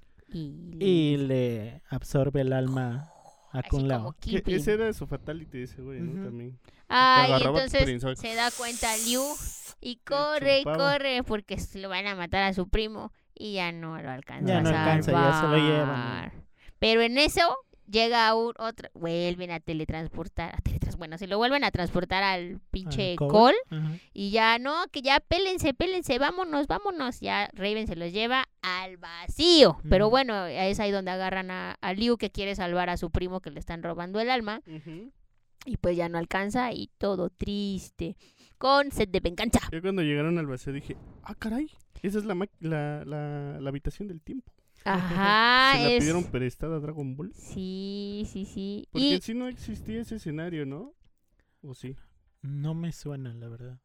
y le absorbe el alma a así Kun como Lao. Que Kingpin. ese era su fatality ese güey, ¿no? Ujú. También. Ah, y agarraba tu entonces prinzo. se da cuenta Liu y corre y chupaba. corre porque se lo van a matar a su primo y ya no lo alcanza Ya a no alcanza, ya se lo llevan. salvar. Pero en eso llega otro, vuelven a teletransportar, bueno, se lo vuelven a transportar al pinche Al Cole. Cole Ajá. y ya no, que ya pélense, vámonos, ya Raven se los lleva al vacío. Pero Ujú. bueno, es ahí donde agarran a Liu que quiere salvar a su primo que le están robando el alma. Ujú. Y pues ya no alcanza y todo triste. Con sed de venganza. Yo cuando llegaron al vacío dije, ah, caray, esa es la habitación del tiempo. Ajá, Se la es... pidieron prestada a Dragon Ball. Sí. Porque Y en sí no existía ese escenario, ¿no? ¿O sí? No me suena, la verdad.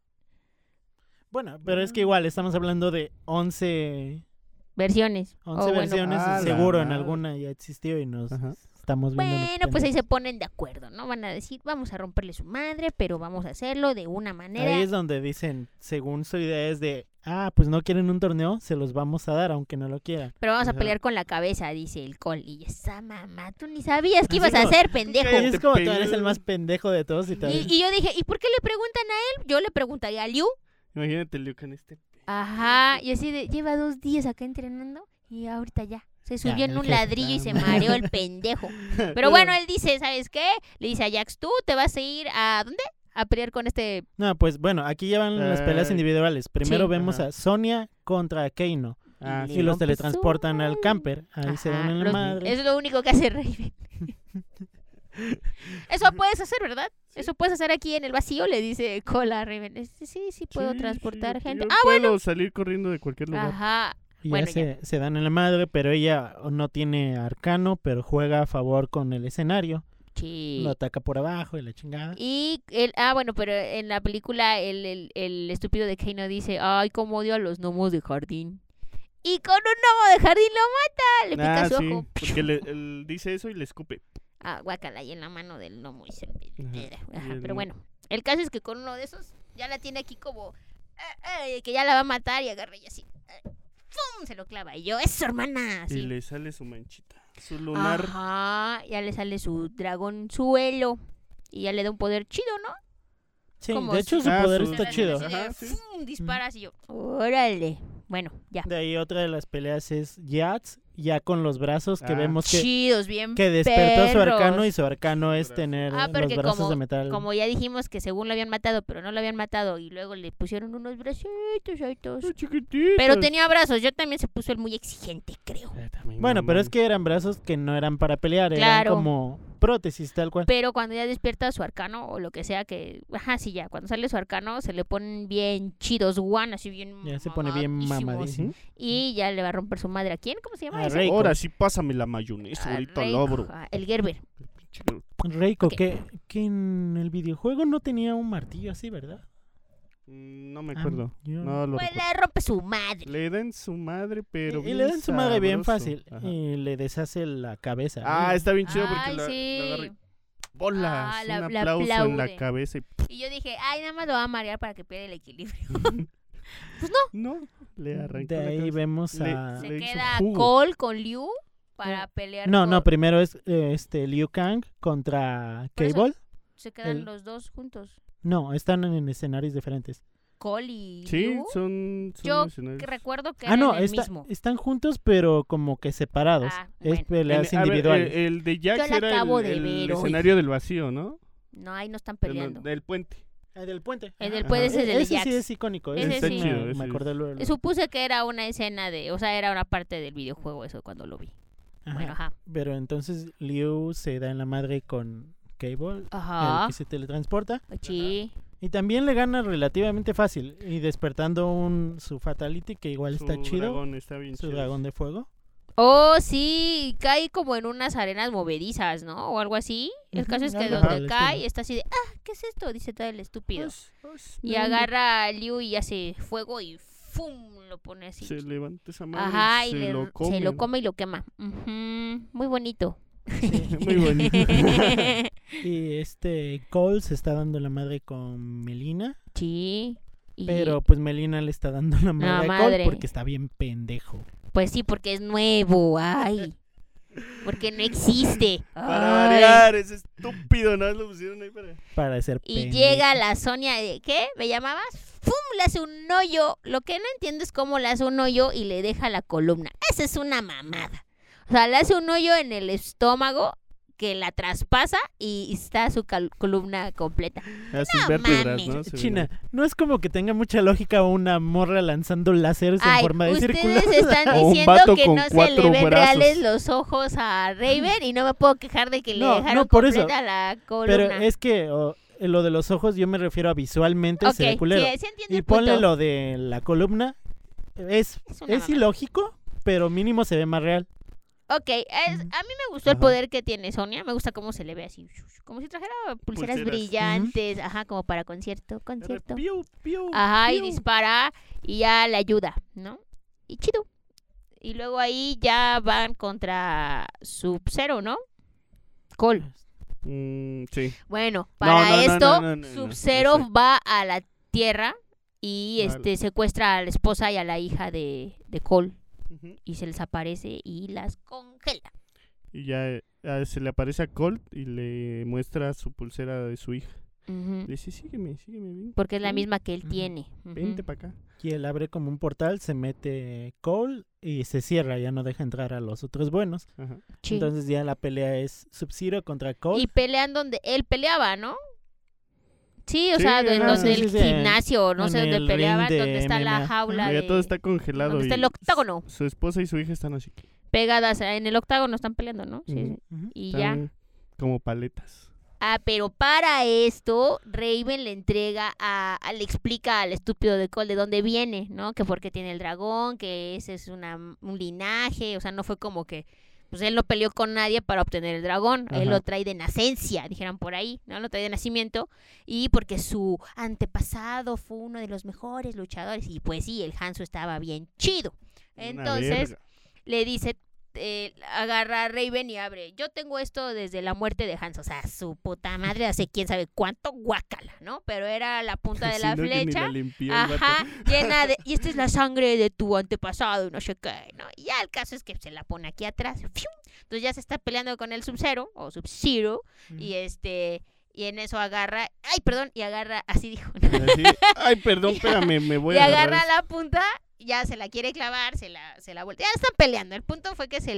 Bueno, pero es que igual estamos hablando de 11 versiones. 11 O bueno, versiones. Ah, la Seguro en madre. alguna ya existió y nos Ajá. estamos viendo. Bueno, pues ahí se ponen de acuerdo, ¿no? Van a decir, vamos a romperle su madre, pero vamos a hacerlo de una manera. Ahí es donde dicen, según su idea es de, pues no quieren un torneo, se los vamos a dar aunque no lo quieran. Pero vamos a Ajá. pelear con la cabeza, dice el Cole. Y esa mamá, tú ni sabías que Así ibas a como, hacer, pendejo. cállate. Es como tú pendejo. eres el más pendejo de todos y tal. Y yo dije, ¿y por qué le preguntan a él? Yo le preguntaría a Liu. Imagínate Liu Kang Ajá, y así de, lleva 2 días acá entrenando y ahorita ya. Se subió en el un jefe. ladrillo y se mareó el pendejo. Pero bueno, él dice, ¿sabes qué? Le dice a Jax, tú te vas a ir a ¿dónde? A pelear con este... No, pues bueno, aquí llevan las peleas Ay. individuales. Primero Sí. vemos Ajá. a Sonia contra Keino. Ah, Y sí. los rompe teletransportan su al camper. Ahí se Ajá, dan en la los- madre. Es lo único que hace Raven. Eso puedes hacer, ¿verdad? Eso puedes hacer aquí en el vacío, le dice Cole a Raven. Sí, puedo Sí, transportar sí, gente. yo Ah, puedo salir corriendo de cualquier lugar. ajá. Y Bueno, ya se dan en la madre, pero ella no tiene arcano, pero juega a favor con el escenario. Sí. Lo ataca por abajo y la chingada. Y bueno, pero en la película el estúpido de Keino dice, ay, cómo odio a los gnomos de jardín. Y con un gnomo de jardín lo mata, le pica su sí, ojo. porque él dice eso y le escupe. Ah, guácala, y en la mano del gnomo y se... Ajá, Ajá, y el pero gnomo- bueno, el caso es que con uno de esos ya la tiene aquí como... que ya la va a matar y agarra y así... ¡Fum! Se lo clava. Y yo, ¡es su hermana! Y Así. le sale su manchita. Su lunar. Ajá, ya le sale su dragonzuelo. Y ya le da un poder chido, ¿no? Sí, como de hecho si- su Ah, poder su- está Se le chido. hace así de Ajá, sí. ¡fum! Dispara así yo. ¡Órale! Bueno, ya. De ahí otra de las peleas es Yats, ya con los brazos que Ah. vemos Chidos, bien que despertó su perros. arcano y su arcano es Brazo. tener Ah, los porque brazos de metal. como ya dijimos que según lo habían matado, pero no lo habían matado y luego le pusieron unos bracitos ahí todos. Ay, chiquititos. Pero tenía brazos, yo también se puso el muy exigente, creo. También Bueno, pero mamón. es que eran brazos que no eran para pelear, Claro. eran como prótesis tal cual. Pero cuando ya despierta su arcano o lo que sea que... Ajá, sí, ya. Cuando sale su arcano se le ponen bien chidos, one, así bien Ya se pone bien mamadísimos. mamadísimo. Y ya le va a romper su madre. ¿A quién? ¿Cómo se llama A ese? Reiko. Ahora sí, pásame la mayonesa, A ahorita Reiko, lo abro. el Gerber. El pinche- Reiko, Ok. que en el videojuego no tenía un martillo así, ¿verdad? No me acuerdo. yo- No lo Pues recuerdo. le rompe su madre. Le dan su madre, pero y le dan su madre bien sabroso. fácil Ajá. y le deshace la cabeza. Ah, está bien chido porque Ay, la sí. agarra y bolas, Ah, un la aplauso en la aplaude. cabeza y Y yo dije, ay, nada más lo va a marear para que pierda el equilibrio. no, le arrancó De la ahí cabeza. vemos Le- a... Se le hizo queda jugo. Cole con Liu para pelear No, primero es Liu Kang contra Por eso- Cable. Se quedan el- los dos juntos. No, están en escenarios diferentes. Cole y Sí, Liu. son Yo escenarios. que recuerdo que No, eran el mismo. están juntos, pero como que separados. Ah, Es bueno. peleas A ver, individuales. el de Jax la era acabo de el ver hoy. escenario del vacío, ¿no? No, ahí no están Del- peleando. Del puente. El del puente. El del Ajá. puente es el de Ese Jax. sí es icónico. Ese Ese sí. sí Está chido, me ese acordé luego. Supuse que era una escena de, o sea, era una parte del videojuego eso cuando lo vi. Ajá. Bueno, ajá. Pero entonces Liu se da en la madre con Cable, el Ajá. que se teletransporta. Sí. Y también le gana relativamente fácil. Y despertando su Fatality, que igual está Su chido. dragón está bien Su chido. dragón de fuego. Oh, sí, cae como en unas arenas movedizas, ¿no? O algo así. El Ujú, caso es que algo donde por el cae estilo. está así de, ¿qué es esto? Dice todo el estúpido. Y no, agarra a Liu y hace fuego y ¡fum! Lo pone así. Se levanta esa madre Ajá, y y se se lo lo come y lo quema. Ujú, muy bonito. Muy bonito. Y Cole se está dando la madre con Melina. Sí. Y- Pero pues Melina le está dando la madre a Cole madre. porque está bien pendejo. Pues sí, porque es nuevo, ay. Porque no existe. Para Ay. variar, es estúpido, ¿no? Lo pusieron ahí para... Para ser Y pendejo. llega la Sonia de, ¿qué? ¿Me llamabas? ¡Fum! Le hace un hoyo. Lo que no entiendo es cómo le hace un hoyo y le deja la columna. Esa es una mamada. O sea, le hace un hoyo en el estómago que la traspasa y está su columna completa. A sus No vértebras, mames. ¿no? Se China, ven no es como que tenga mucha lógica una morra lanzando láseres en Ay, forma de ustedes círculo. están O un diciendo vato que con no se 4 le ven brazos. reales los ojos a Raven y no me puedo quejar de que le No, dejaron no, por eso. completa la columna. Pero es que lo de los ojos yo me refiero a visualmente se ve Ok, culero. sí entiendo Y el punto. ponle lo de la columna. Es Es una mamada. ilógico, pero mínimo se ve más real. Ok, a mí me gustó el Ajá. poder que tiene Sonia. Me gusta cómo se le ve así. Como si trajera pulseras Pulseras. brillantes. Ajá, como para concierto. Piu, piu, Ajá, y piu. dispara y ya le ayuda, ¿no? Y chido. Y luego ahí ya van contra Sub-Zero, ¿no? Cole. Sí. Bueno, para no, esto, no, Sub-Zero no sé. va a la Tierra y Vale. secuestra a la esposa y a la hija de Cole. Ujú. Y se les aparece y las congela. Y ya se le aparece a Colt y le muestra su pulsera de su hija. Ujú. Le dice, sígueme, ven. Porque es la ven, misma que él Ujú. tiene. Ujú. Vente para acá. Y él abre como un portal, se mete Cole y se cierra, ya no deja entrar a los otros buenos. Ajá. Sí. Entonces ya la pelea es Sub-Zero contra Cole. Y pelean donde él peleaba, ¿no? Sí, o Sí, sea, ajá, donde sí, el sí, gimnasio, no en sé dónde el peleaban, ring de donde está la MMA. jaula Ya de... todo está congelado. ¿Dónde está y el octágono? Su esposa y su hija están así. Pegadas en el octágono, están peleando, ¿no? Sí, Ujú. sí. Ujú. Y ya. Están como paletas. Pero para esto, Raven le entrega le explica al estúpido de Cole de dónde viene, ¿no? Que porque tiene el dragón, que ese es un linaje, o sea, no fue como que, pues él no peleó con nadie para obtener el dragón, él Ajá. lo trae de nacencia, dijeran por ahí, ¿no? Lo trae de nacimiento, y porque su antepasado fue uno de los mejores luchadores, y pues sí, el Hanzo estaba bien chido. Una Entonces, verga. le dice, agarra a Raven y abre, yo tengo esto desde la muerte de Hanzo, o sea, su puta madre hace quién sabe cuánto, guácala, ¿no? Pero era la punta de Si la no, que ni flecha, la limpió el vato. ajá, llena de, y esta es la sangre de tu antepasado y no sé qué, ¿no? Y ya el caso es que se la pone aquí atrás, ¡fium! Entonces ya se está peleando con el Sub-Zero, o Sub-Zero, y y en eso agarra, ay, perdón, y agarra, así dijo, ¿no? Así, ay, perdón, espérame, me voy Y a agarrar agarra esto. la punta, ya se la quiere clavar, se la vuelve. Ya están peleando. El punto fue que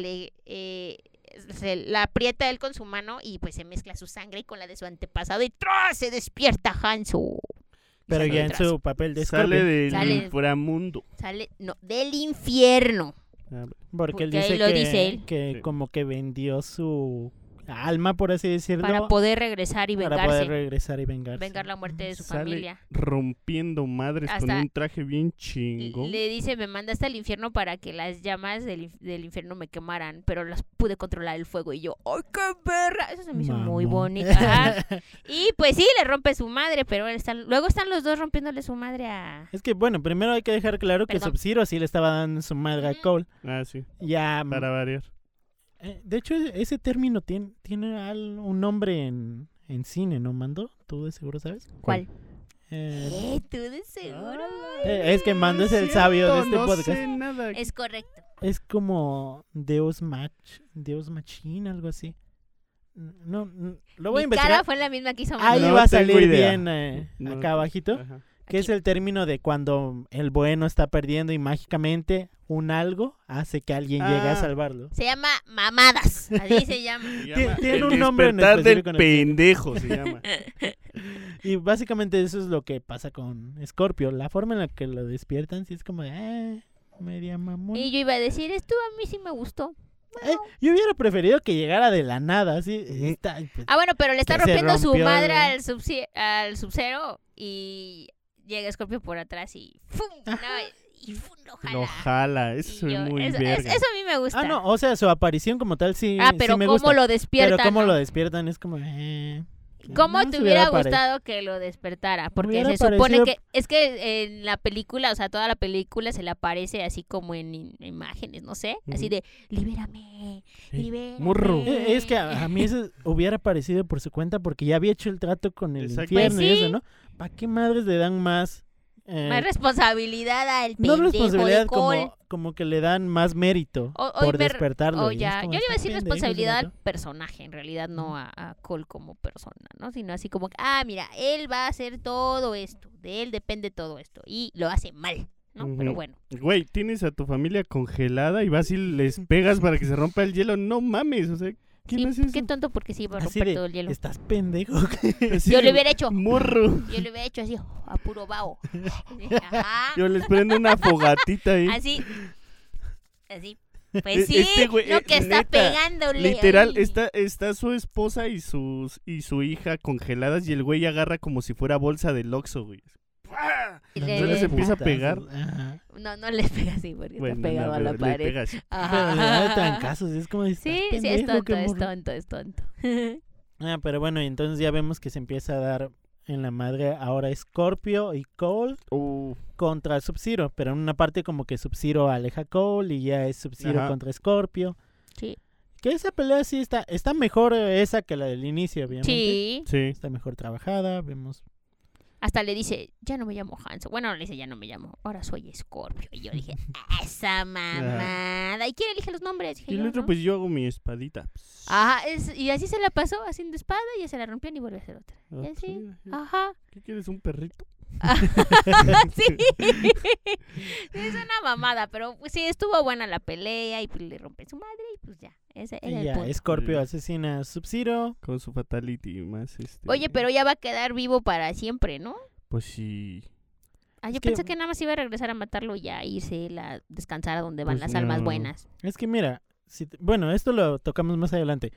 se la aprieta él con su mano y pues se mezcla su sangre con la de su antepasado y ¡tras! Se despierta Hanzo. Pero Sale ya en detrás. su papel de Sale Scorpion. del Sale. inframundo. Sale, no, del infierno. Porque él porque ahí dice lo que, dice él. que Sí. como que vendió su alma, por así decirlo, Para poder regresar y para vengarse. poder regresar y vengarse. Vengar la muerte de su Sale familia. rompiendo madres con Hasta un traje bien chingón. Le dice, me mandaste al infierno para que las llamas del infierno me quemaran, pero las pude controlar el fuego. Y yo, ¡ay, qué perra! Eso se me hizo muy Mamón. bonito. Ajá. Y pues sí, le rompe su madre, pero luego están los dos rompiéndole su madre a... Es que bueno, primero hay que dejar claro que Perdón. Sub-Zero sí le estaba dando su madre a Ujú. Cole. Ah, sí, Ya, para variar. de hecho ese término tiene un nombre en cine, ¿no, Mando? ¿Tú de seguro sabes? ¿Cuál? Eh, Tú de seguro. es que Mando es el sabio de este no podcast. sé nada. Es correcto. es como Deus Machina, algo así. No, lo voy a Mi investigar. cara fue la misma que hizo Ahí No va a tengo salir idea. bien No. acá abajito. Ajá. Que es el término de cuando el bueno está perdiendo y mágicamente un algo hace que alguien llegue a Ah. salvarlo. Se llama mamadas. Así se llama. Se llama Tiene El un nombre en despertar del específico en el pendejo, se llama. Y básicamente eso es lo que pasa con Scorpio. La forma en la que lo despiertan sí es como media mamón. Y yo iba a decir, esto a mí sí me gustó. Yo hubiera preferido que llegara de la nada, así. Pues, Ah, bueno, pero le está Que se rompiendo su rompió, madre ¿no? al Sub-Zero y llega Scorpio por atrás y ¡fum! No, y ¡fum! Lo jala. Lo jala, eso Y es yo, muy eso verga. a mí me gusta. Ah, no, o sea, su aparición como tal sí, pero sí me cómo gusta. lo despiertan. Pero cómo ¿no? lo despiertan es como... ¿Cómo no te se hubiera pare- gustado que lo despertara? Porque Hubiera se supone parecido- que es que en la película, o sea, toda la película se le aparece así como en imágenes, no sé, así Ujú. de libérame, Sí. libérame. Murro. Es que a mí eso hubiera parecido por su cuenta porque ya había hecho el trato con el Exacto. infierno Pues y sí. eso, ¿no? ¿Para qué madres le dan más? Más responsabilidad al No pendejo responsabilidad, de Cole. como que le dan más mérito Hoy por me- despertarlo. y es ya. como, Yo le iba a "Está decir pendejo ese responsabilidad al vato". personaje, en realidad no a Cole como persona, ¿no? Sino así como, mira, él va a hacer todo esto, de él depende todo esto, y lo hace mal, ¿no? Pero Ujú. bueno. Güey, tienes a tu familia congelada y vas y les pegas para que se rompa el hielo. No mames, o sea, ¿quién Sí, hace eso? qué tonto porque sí iba a Así romper de, todo el hielo. ¿estás pendejo? Así Yo de, le hubiera hecho, Morro. yo le hubiera hecho así, a puro vaho. Ajá. Yo les prendo una fogatita ahí. Así. Así. Pues sí, Este güey, no que está neta, pegándole. Literal, ahí. está su esposa y su hija congeladas y el güey agarra como si fuera bolsa del Oxxo, güey. ¡Pah! Y Entonces les empieza a pegar. Ajá. No, les pega así porque Bueno, está pegado no, a la pero le pared. pega así. Pero le da Ajá. trancazos, es como... Sí, "¿Estás sí, es pendejo, tonto, qué es morro?". tonto, es tonto. Pero bueno, y entonces ya vemos que se empieza a dar en la madre ahora Scorpio y Cole contra Sub-Zero, pero en una parte como que Sub-Zero aleja a Cole y ya es Sub-Zero Ajá. contra Scorpio. Sí. Que esa pelea sí está mejor esa que la del inicio, obviamente. Sí. Sí. Está mejor trabajada, vemos. Hasta le dice, ya no me llamo Hanzo. Bueno, no le dice, ya no me llamo, ahora soy Scorpio. Y yo dije, esa mamada. ¿Y quién elige los nombres? Dije Y el yo, otro, ¿no? pues yo hago mi espadita. Ajá, y así se la pasó, haciendo espada, y ya se la rompió y vuelve a hacer otra. Y Ah, así, sí, sí. ajá. ¿Qué quieres, un perrito? Sí. Es una mamada, pero pues, sí, estuvo buena la pelea y pues, le rompe su madre y pues ya, ese era Y el ya, punto. Scorpio Sí. asesina a Sub-Zero. Con su fatality más Oye, pero ya va a quedar vivo para siempre, ¿no? Pues sí. Yo Es que- pensé que nada más iba a regresar a matarlo y ya irse él a descansar a donde van Pues las almas no. buenas. Es que mira, bueno, esto lo tocamos más adelante.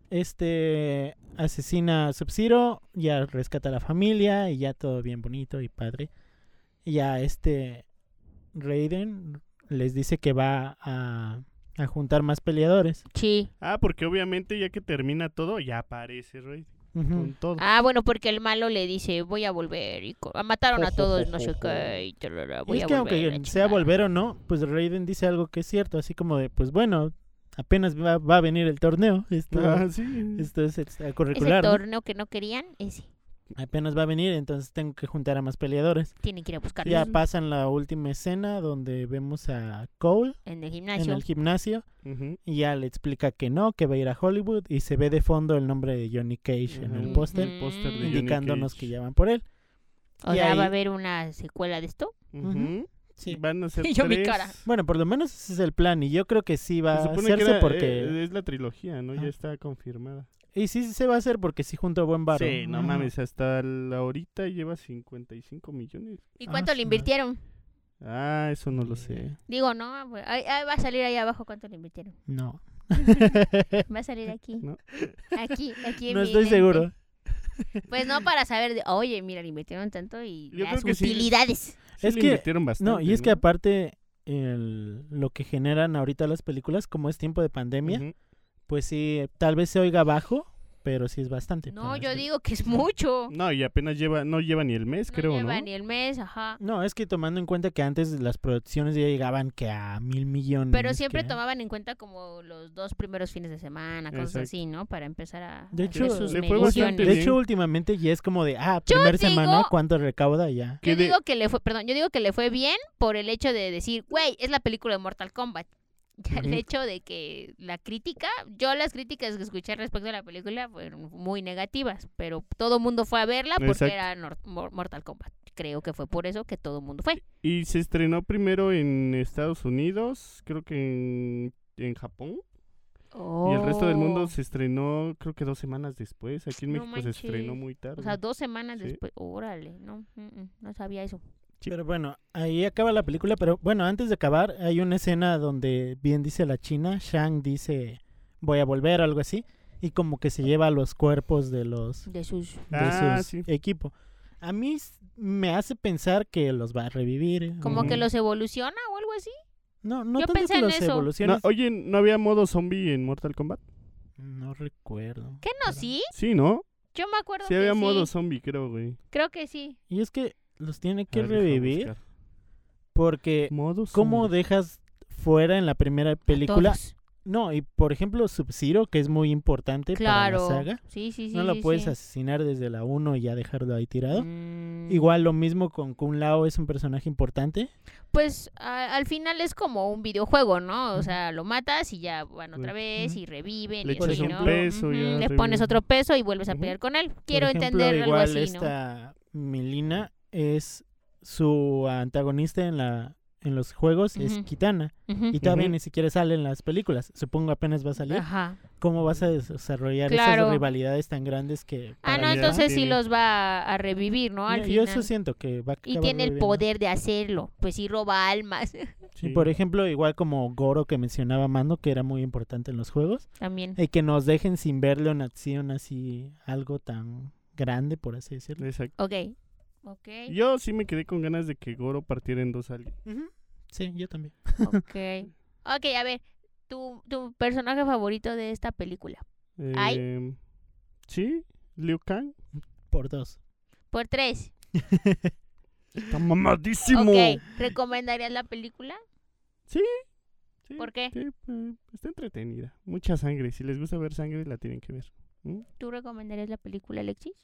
Asesina a Sub-Zero, ya rescata a la familia y ya todo bien bonito y padre. Y ya Raiden les dice que va a juntar más peleadores. Sí. Ah, porque obviamente ya que termina todo, ya aparece Rey. Ujú. Con todo. Ah, bueno, porque el malo le dice, voy a volver y mataron a todos, no sé qué, y tarara, Y voy es a que volver. aunque la sea chingada". volver o no, pues Raiden dice algo que es cierto, así como de, pues bueno, apenas va a venir el torneo. Esto Sí. es Ese extracurricular, ¿no? torneo que no querían, ese. Apenas va a venir, entonces tengo que juntar a más peleadores. Tienen que ir a buscarlo Ya pasan la última escena donde vemos a Cole en el en gimnasio. el gimnasio Ujú. y ya le explica que no, que va a ir a Hollywood y se ve de fondo el nombre de Johnny Cage en el Ujú. póster, El póster de Johnny indicándonos Cage. que ya van por él. O y sea, ahí- va a haber una secuela de esto. Ujú. Sí. Van a ser Y yo mi 3. cara. Bueno, por lo menos ese es el plan y yo creo que sí va Se a supone que hacerse era, porque... es la trilogía, ¿no? Ah. Ya está confirmada. Y sí se va a hacer porque sí junto a buen varo. Sí, no Ujú. mames, hasta la ahorita lleva 55 millones. ¿Y Ah, cuánto sí, le no. invirtieron? Ah, eso no lo sé. Digo, no, ahí va a salir ahí abajo cuánto le invirtieron. No. Va a salir aquí. No. Aquí en No mi estoy lente. seguro. Pues no para saber, oye, mira, le invirtieron tanto y Yo las creo que sí. utilidades. Sí Es le que- invirtieron bastante. No, y es que ¿no? aparte lo que generan ahorita las películas, como es tiempo de pandemia, Ujú. pues sí, tal vez se oiga bajo, pero sí es bastante. No, para yo hacer. digo que es mucho. No, y apenas no lleva ni el mes, No creo, lleva ¿no? ni el mes, ajá. No, es que tomando en cuenta que antes las producciones ya llegaban que a 1,000 millones. Pero siempre que- tomaban en cuenta como los 2 primeros fines de semana, cosas Exacto. así, ¿no? Para empezar a De hacer hecho, sus le fue mediciones. bastante De bien. hecho, últimamente ya es como de, Yo primer semana, digo- ¿cuánto recauda ya? Yo Que de- digo que le fue, perdón, yo digo que le fue bien por el hecho de decir, güey, es la película de Mortal Kombat. Ya el Ujú. hecho de que las críticas que escuché respecto a la película fueron muy negativas, pero todo el mundo fue a verla porque Exacto. era Mortal Kombat. Creo que fue por eso que todo el mundo fue. Y se estrenó primero en Estados Unidos, creo que en Japón. Y el resto del mundo se estrenó, creo que 2 semanas después. Aquí en No México se estrenó manches. muy tarde. O sea, 2 semanas Sí. después. Órale, no, no sabía eso. Sí. Pero bueno, ahí acaba la película, pero bueno, antes de acabar, hay una escena donde bien dice la china, Shang dice, voy a volver o algo así, y como que se lleva los cuerpos de los De sus... Sí. equipos. A mí me hace pensar que los va a revivir. Como que Ujú. los evoluciona o algo así. No, no Yo tanto pensé que en los eso. No, evoluciones. oye, ¿no había modo zombie en Mortal Kombat? No recuerdo. ¿Qué no, Pero- sí? Sí, ¿no? Yo me acuerdo Sí que había sí. modo zombie, creo, güey. Creo que sí. Y es que los tiene A que ver, deja revivir buscar. porque Modo ¿cómo zombie. dejas fuera en la primera película? Todos. No, y por ejemplo Sub-Zero, que es muy importante Claro. para la saga, Sí, sí, sí. no lo sí, puedes sí. asesinar desde la 1 y ya dejarlo ahí tirado. Mm, Igual lo mismo con Kung Lao, es un personaje importante. Pues al final es como un videojuego, ¿no? O Ujú. sea, lo matas y ya van otra Ujú. vez y reviven. Le y echas así, un ¿no? peso, Ujú, ya le pones revive. otro peso y vuelves a Ujú. pelear con él. Por Quiero ejemplo, entender algo igual así, ¿no? esta Melina es su antagonista en los juegos, es Ujú. Kitana. Ujú. Y todavía Ujú. ni siquiera sale en las películas. Supongo apenas va a salir. Ajá. ¿Cómo vas a desarrollar Claro. esas rivalidades tan grandes que... Ah, para no, mí ya entonces sí tiene. los va a revivir, ¿no? Al yo final. eso siento que va a Y acabar tiene el reviviendo. poder de hacerlo. Pues sí roba almas Y Sí. por ejemplo, igual como Goro que mencionaba Mando, que era muy importante en los juegos, también. y que nos dejen sin verlo en acción así, algo tan grande, por así decirlo. Exacto. Ok. Ok. Yo sí me quedé con ganas de que Goro partiera en 2 a alguien. Ujú. Sí, yo también. Ok. Ok, a ver. Tu personaje favorito de esta película. ¿Hay? Sí, Liu Kang. Por 2. Por 3. Está mamadísimo. Ok. ¿Recomendarías la película? Sí, ¿Por qué? sí, está entretenida. Mucha sangre. Si les gusta ver sangre, la tienen que ver. ¿Tú recomendarías la película, Alexis?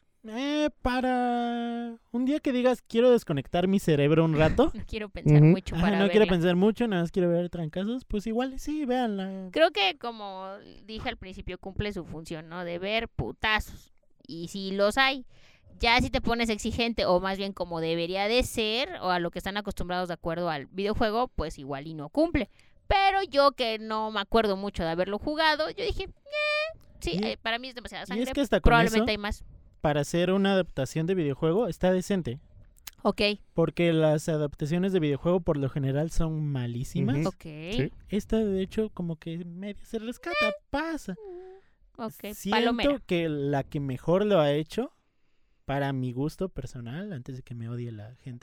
Para un día que digas, quiero desconectar mi cerebro un rato. No quiero pensar Ujú. mucho para no quiero verla. pensar mucho, nada más quiero ver trancazos, pues igual sí, véanla. Creo que, como dije al principio, cumple su función, ¿no? De ver putazos. Y si los hay. Ya si te pones exigente, o más bien como debería de ser, o a lo que están acostumbrados de acuerdo al videojuego, pues igual y no cumple. Pero yo, que no me acuerdo mucho de haberlo jugado, yo dije, sí, Y- para mí es demasiada Y sangre. es que hasta con Probablemente eso, hay más. para hacer una adaptación de videojuego, está decente. Ok, Porque las adaptaciones de videojuego por lo general son malísimas. Ujú. ok, Sí. Esta, de hecho, como que medio se rescata, pasa. ok. Siento Palomera. que la que mejor lo ha hecho, para mi gusto personal, antes de que me odie la gente,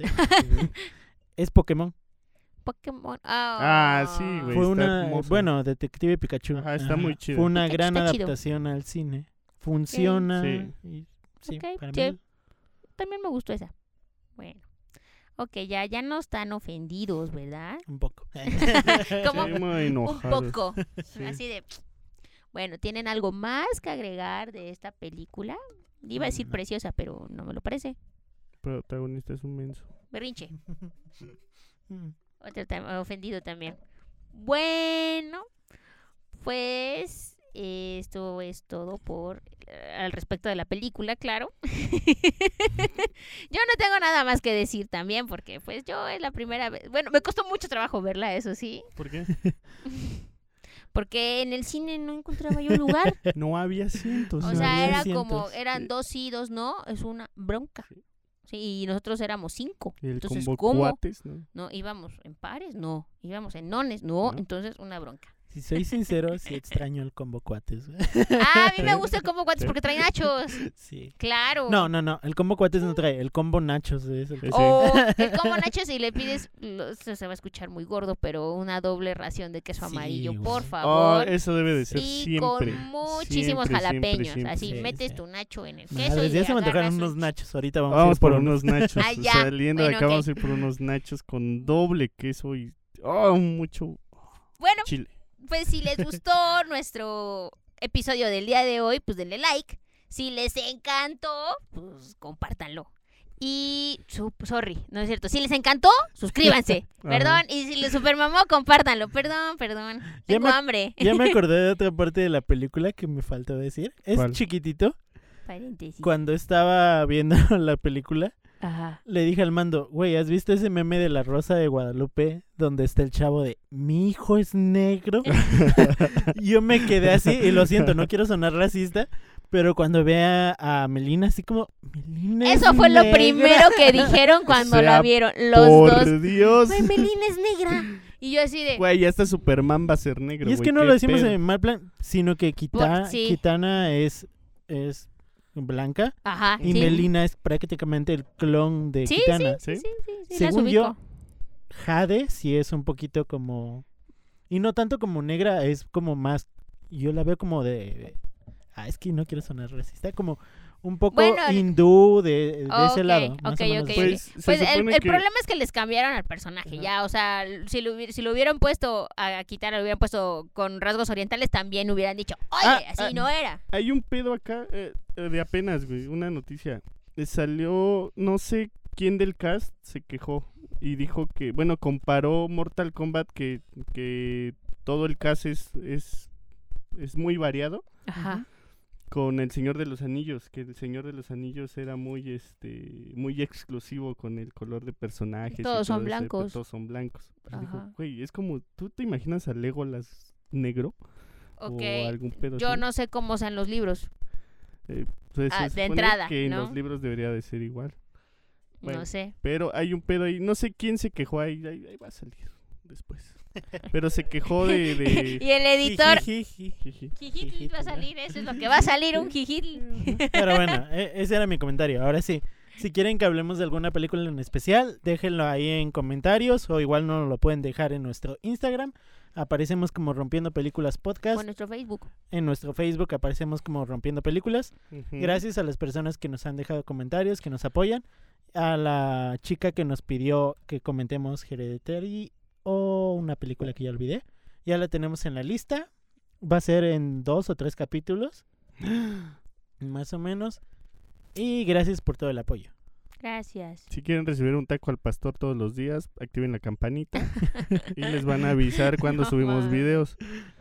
es Pokémon. Pokémon. Sí, güey. Fue está una, hermoso. bueno, Detective Pikachu. Ajá, está muy chido. Fue una Pikachu gran está chido. adaptación al cine. Funciona. Sí. Y, sí, Ok, para sí. mí. También me gustó esa. Bueno. Ok, ya no están ofendidos, ¿verdad? Un poco. Como Sí, muy un enojado. poco. Sí. Así de... Bueno, ¿tienen algo más que agregar de esta película? Iba a decir No. preciosa, pero no me lo parece. El protagonista es un menso. Berrinche. Mm. Otro ofendido también. Bueno, pues esto es todo por al respecto de la película, claro. Yo no tengo nada más que decir también, porque pues yo es la primera vez. Bueno, me costó mucho trabajo verla, eso sí. ¿Por qué? Porque en el cine no encontraba yo lugar. No había asientos. O No sea, había era asientos. como, eran Sí. 2 sí, 2 no, es una bronca. Sí. Sí, y nosotros éramos 5. El Entonces, combo ¿cómo? cuates, ¿no? ¿No? ¿Íbamos en pares? No. ¿Íbamos en nones? No. No. Entonces, una bronca. Si soy sincero, sí extraño el combo cuates. Ah, a mí me gusta el combo cuates porque trae nachos. Sí. Claro. No, el combo cuates no trae, el combo nachos es el que Sí. O el combo nachos, si le pides, se va a escuchar muy gordo, pero una doble ración de queso Sí, amarillo, güey. por Oh, favor. eso debe de ser Y siempre. con muchísimos Siempre, jalapeños. siempre, Así, siempre. metes Sí, tu nacho en el queso Madres, y ya le se me antojaron agarras unos un- nachos. Ahorita vamos, Vamos a ir por unos nachos. Ah, ya. Saliendo de Bueno, acá ok. vamos a ir por unos nachos con doble queso y mucho Bueno, chile. pues si les gustó nuestro episodio del día de hoy, pues denle like. Si les encantó, pues compártanlo. Y, sorry, no es cierto. Si les encantó, suscríbanse. Ajá. Perdón. Y si les supermamó, compártanlo. Perdón. Tengo hambre. Ya me acordé de otra parte de la película que me faltó decir. Es ¿Cuál? chiquitito. Paréntesis. Cuando estaba viendo la película, Ajá. le dije al mando, güey, ¿has visto ese meme de la Rosa de Guadalupe donde está el chavo de mi hijo es negro? Yo me quedé así, y lo siento, no quiero sonar racista, pero cuando vea a Melina, así como, Melina Eso es fue lo negra. primero que dijeron cuando O sea, la vieron. Los Por dos. Dios. Güey, Melina es negra. Y yo así de... Güey, ya hasta Superman va a ser negro, Y es güey, que no qué lo decimos pedo. en mal plan, sino que Sí. Kitana es blanca Ajá. y sí. Melina es prácticamente el clon de Sí, Kitana. sí, las Según yo, ubico. Jade sí es un poquito como... Y no tanto como negra, es como más... Yo la veo como es que no quiero sonar racista, como un poco Bueno, hindú de ese ok, lado. Más ok, o menos ok, así. Pues, se Pues el supone que... problema es que les cambiaron al personaje, Ajá. ya, o sea, si lo hubieran puesto a Kitana, lo hubieran puesto con rasgos orientales, también hubieran dicho, oye, así no era. Hay un pedo acá de apenas, güey, una noticia. Salió, no sé quién del cast se quejó y dijo que, bueno, comparó Mortal Kombat que todo el cast es muy variado Ajá. con El Señor de los Anillos, que El Señor de los Anillos era muy muy exclusivo con el color de personajes. y Todos son todo ese, blancos. todos son blancos. Pero dijo, Ajá. güey, es como, ¿tú te imaginas a Legolas negro? Ok, O algún pedo yo así. no sé cómo sean los libros, Pues se de supone entrada, que en ¿no? los libros debería de ser igual. Bueno, no sé. pero hay un pedo ahí, no sé quién se quejó ahí va a salir después. Pero se quejó de... Y el editor, Jijiji. jijitl va a salir, eso es lo que va a salir, un jijitl. Pero bueno, ese era mi comentario. Ahora sí, si quieren que hablemos de alguna película en especial, déjenlo ahí en comentarios o igual nos lo pueden dejar en nuestro Instagram. Aparecemos como Rompiendo Películas Podcast. Por nuestro Facebook. En nuestro Facebook aparecemos como Rompiendo Películas. Ujú. Gracias a las personas que nos han dejado comentarios, que nos apoyan. A la chica que nos pidió que comentemos Hereditary o una película que ya olvidé. Ya la tenemos en la lista. Va a ser en 2 o 3 capítulos. Más o menos. Y gracias por todo el apoyo. Gracias. Si quieren recibir un taco al pastor todos los días, activen la campanita y les van a avisar cuando No subimos mames. videos.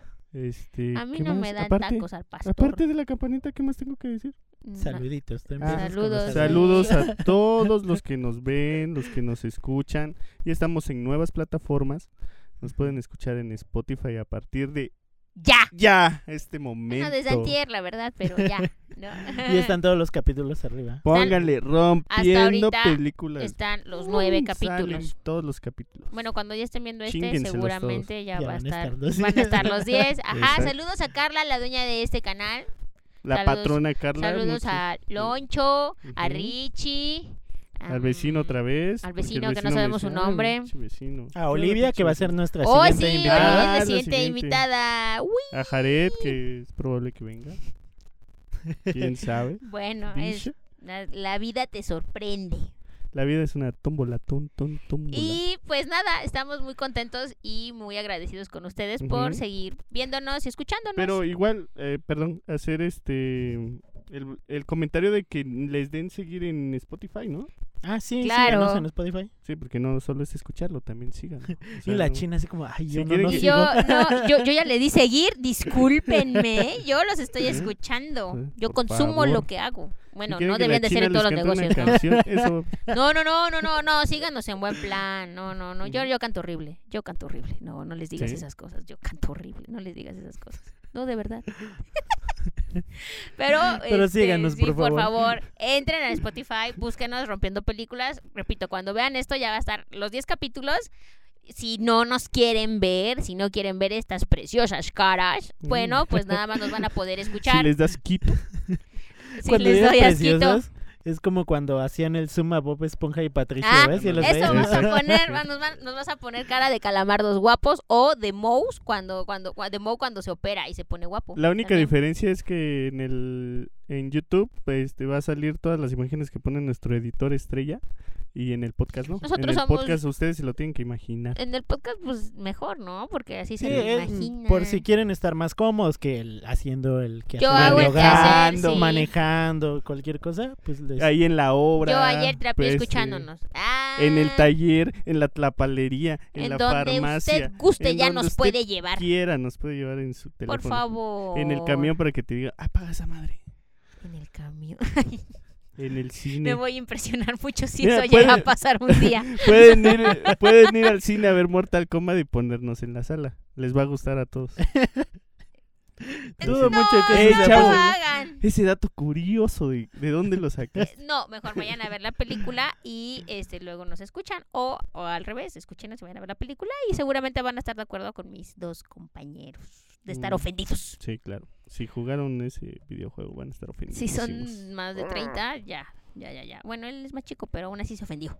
A mí ¿qué no más? me dan aparte, tacos al pastor. aparte de la campanita, ¿qué más tengo que decir? No. Saluditos. tú empiezas con los Saludos. Saludos a todos los que nos ven, los que nos escuchan. Y estamos en nuevas plataformas. Nos pueden escuchar en Spotify a partir de ¡Ya! este momento. Bueno, desde antier, la verdad, pero ya. ¿no? Y están todos los capítulos arriba. Pónganle rompiendo ahorita películas. Están los 9 capítulos. Salen todos los capítulos. Bueno, cuando ya estén viendo Chínguenselos seguramente ya Ya va a van a estar. estar los Van a estar los 10. Ajá, Exacto. saludos a Carla, la dueña de este canal. La saludos- patrona Carla. Saludos muchos- a Loncho, a Ujú. Richie. Al vecino otra vez. Al porque el vecino que no me sabemos decía, su nombre. "Ay, pinche vecino". A Olivia, que va a ser nuestra Oh, siguiente sí, invitada. Olivia es Ah, la la siguiente siguiente. invitada. Uy, A Jared, que es probable que venga. ¿Quién sabe? bueno, Dice. la vida te sorprende. La vida es una tómbola, tómbola. Y pues nada, estamos muy contentos y muy agradecidos con ustedes por Ujú. seguir viéndonos y escuchándonos. Pero igual, perdón, hacer el comentario de que les den seguir en Spotify, ¿no? Ah, sí, Claro. síganos en Spotify. Sí, porque no solo es escucharlo, también sigan. O Y sea, la no- china así como, ay, yo Si no quieren nos que- Y sigo. yo ya le di seguir, discúlpenme, yo los estoy escuchando. Sí, Yo por consumo favor. lo que hago. Bueno, si quieren no que la deberían de ser China en todos les los cante una negocios, ¿no? canción, eso, No, síganos en buen plan. No, yo canto horrible. No les digas ¿Sí? esas cosas. Yo canto horrible. No les digas esas cosas. No, de verdad. Pero síganos, sí, por favor. entren a Spotify, búsquenos Rompiendo Películas. Repito, cuando vean esto ya va a estar los 10 capítulos. Si no nos quieren ver, si no quieren ver estas preciosas caras, bueno, pues nada más nos van a poder si escuchar. les das quito, Si Cuando les digas doy asquito. preciosas, es como cuando hacían el zoom a Bob Esponja y Patricio, Ah, ¿ves? Y los eso veías. vamos a poner, nos vas a poner cara de calamardos guapos o de Mouse cuando se opera y se pone guapo. la única También. diferencia es que en YouTube te va a salir todas las imágenes que pone nuestro editor estrella Y en el podcast no. Nosotros en el somos- podcast ustedes se lo tienen que imaginar. En el podcast, pues mejor, ¿no? Porque así se Sí, lo es imaginan. por si quieren estar más cómodos que haciendo el quehacer Yo del hago el hogar, quehacer, sí. manejando, cualquier cosa, pues les... Ahí en la obra. Yo ayer trapeé pues, escuchándonos. en el taller, en la tlapalería, en la donde farmacia. usted guste en ya donde nos usted puede llevar. quiera, nos puede llevar en su teléfono. Por favor. En el camión para que te diga, apaga esa madre. En el camión. En el cine. Me voy a impresionar mucho si Mira, eso llega puede- a pasar un día. pueden ir al cine a ver Mortal Kombat y ponernos en la sala. Les va a gustar a todos. Dudo no, mucho que Ey, eso sea no lo chavos. posible. hagan. Ese dato curioso, ¿de dónde lo sacaste? No, mejor vayan a ver la película y luego nos escuchan. O al revés, escúchenos y vayan a ver la película y seguramente van a estar de acuerdo con mis dos compañeros de estar Mm. ofendidos. Sí, claro. Si jugaron ese videojuego van a estar ofendidos. Si son más de 30, ya. Bueno, él es más chico, pero aún así se ofendió.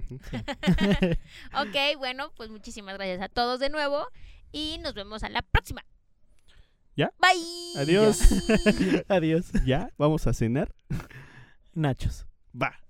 Ok, bueno, pues muchísimas gracias a todos de nuevo y nos vemos a la próxima. ¿Ya? Bye. Adiós. Adiós. ¿Ya? ¿Vamos a cenar? Nachos. Va.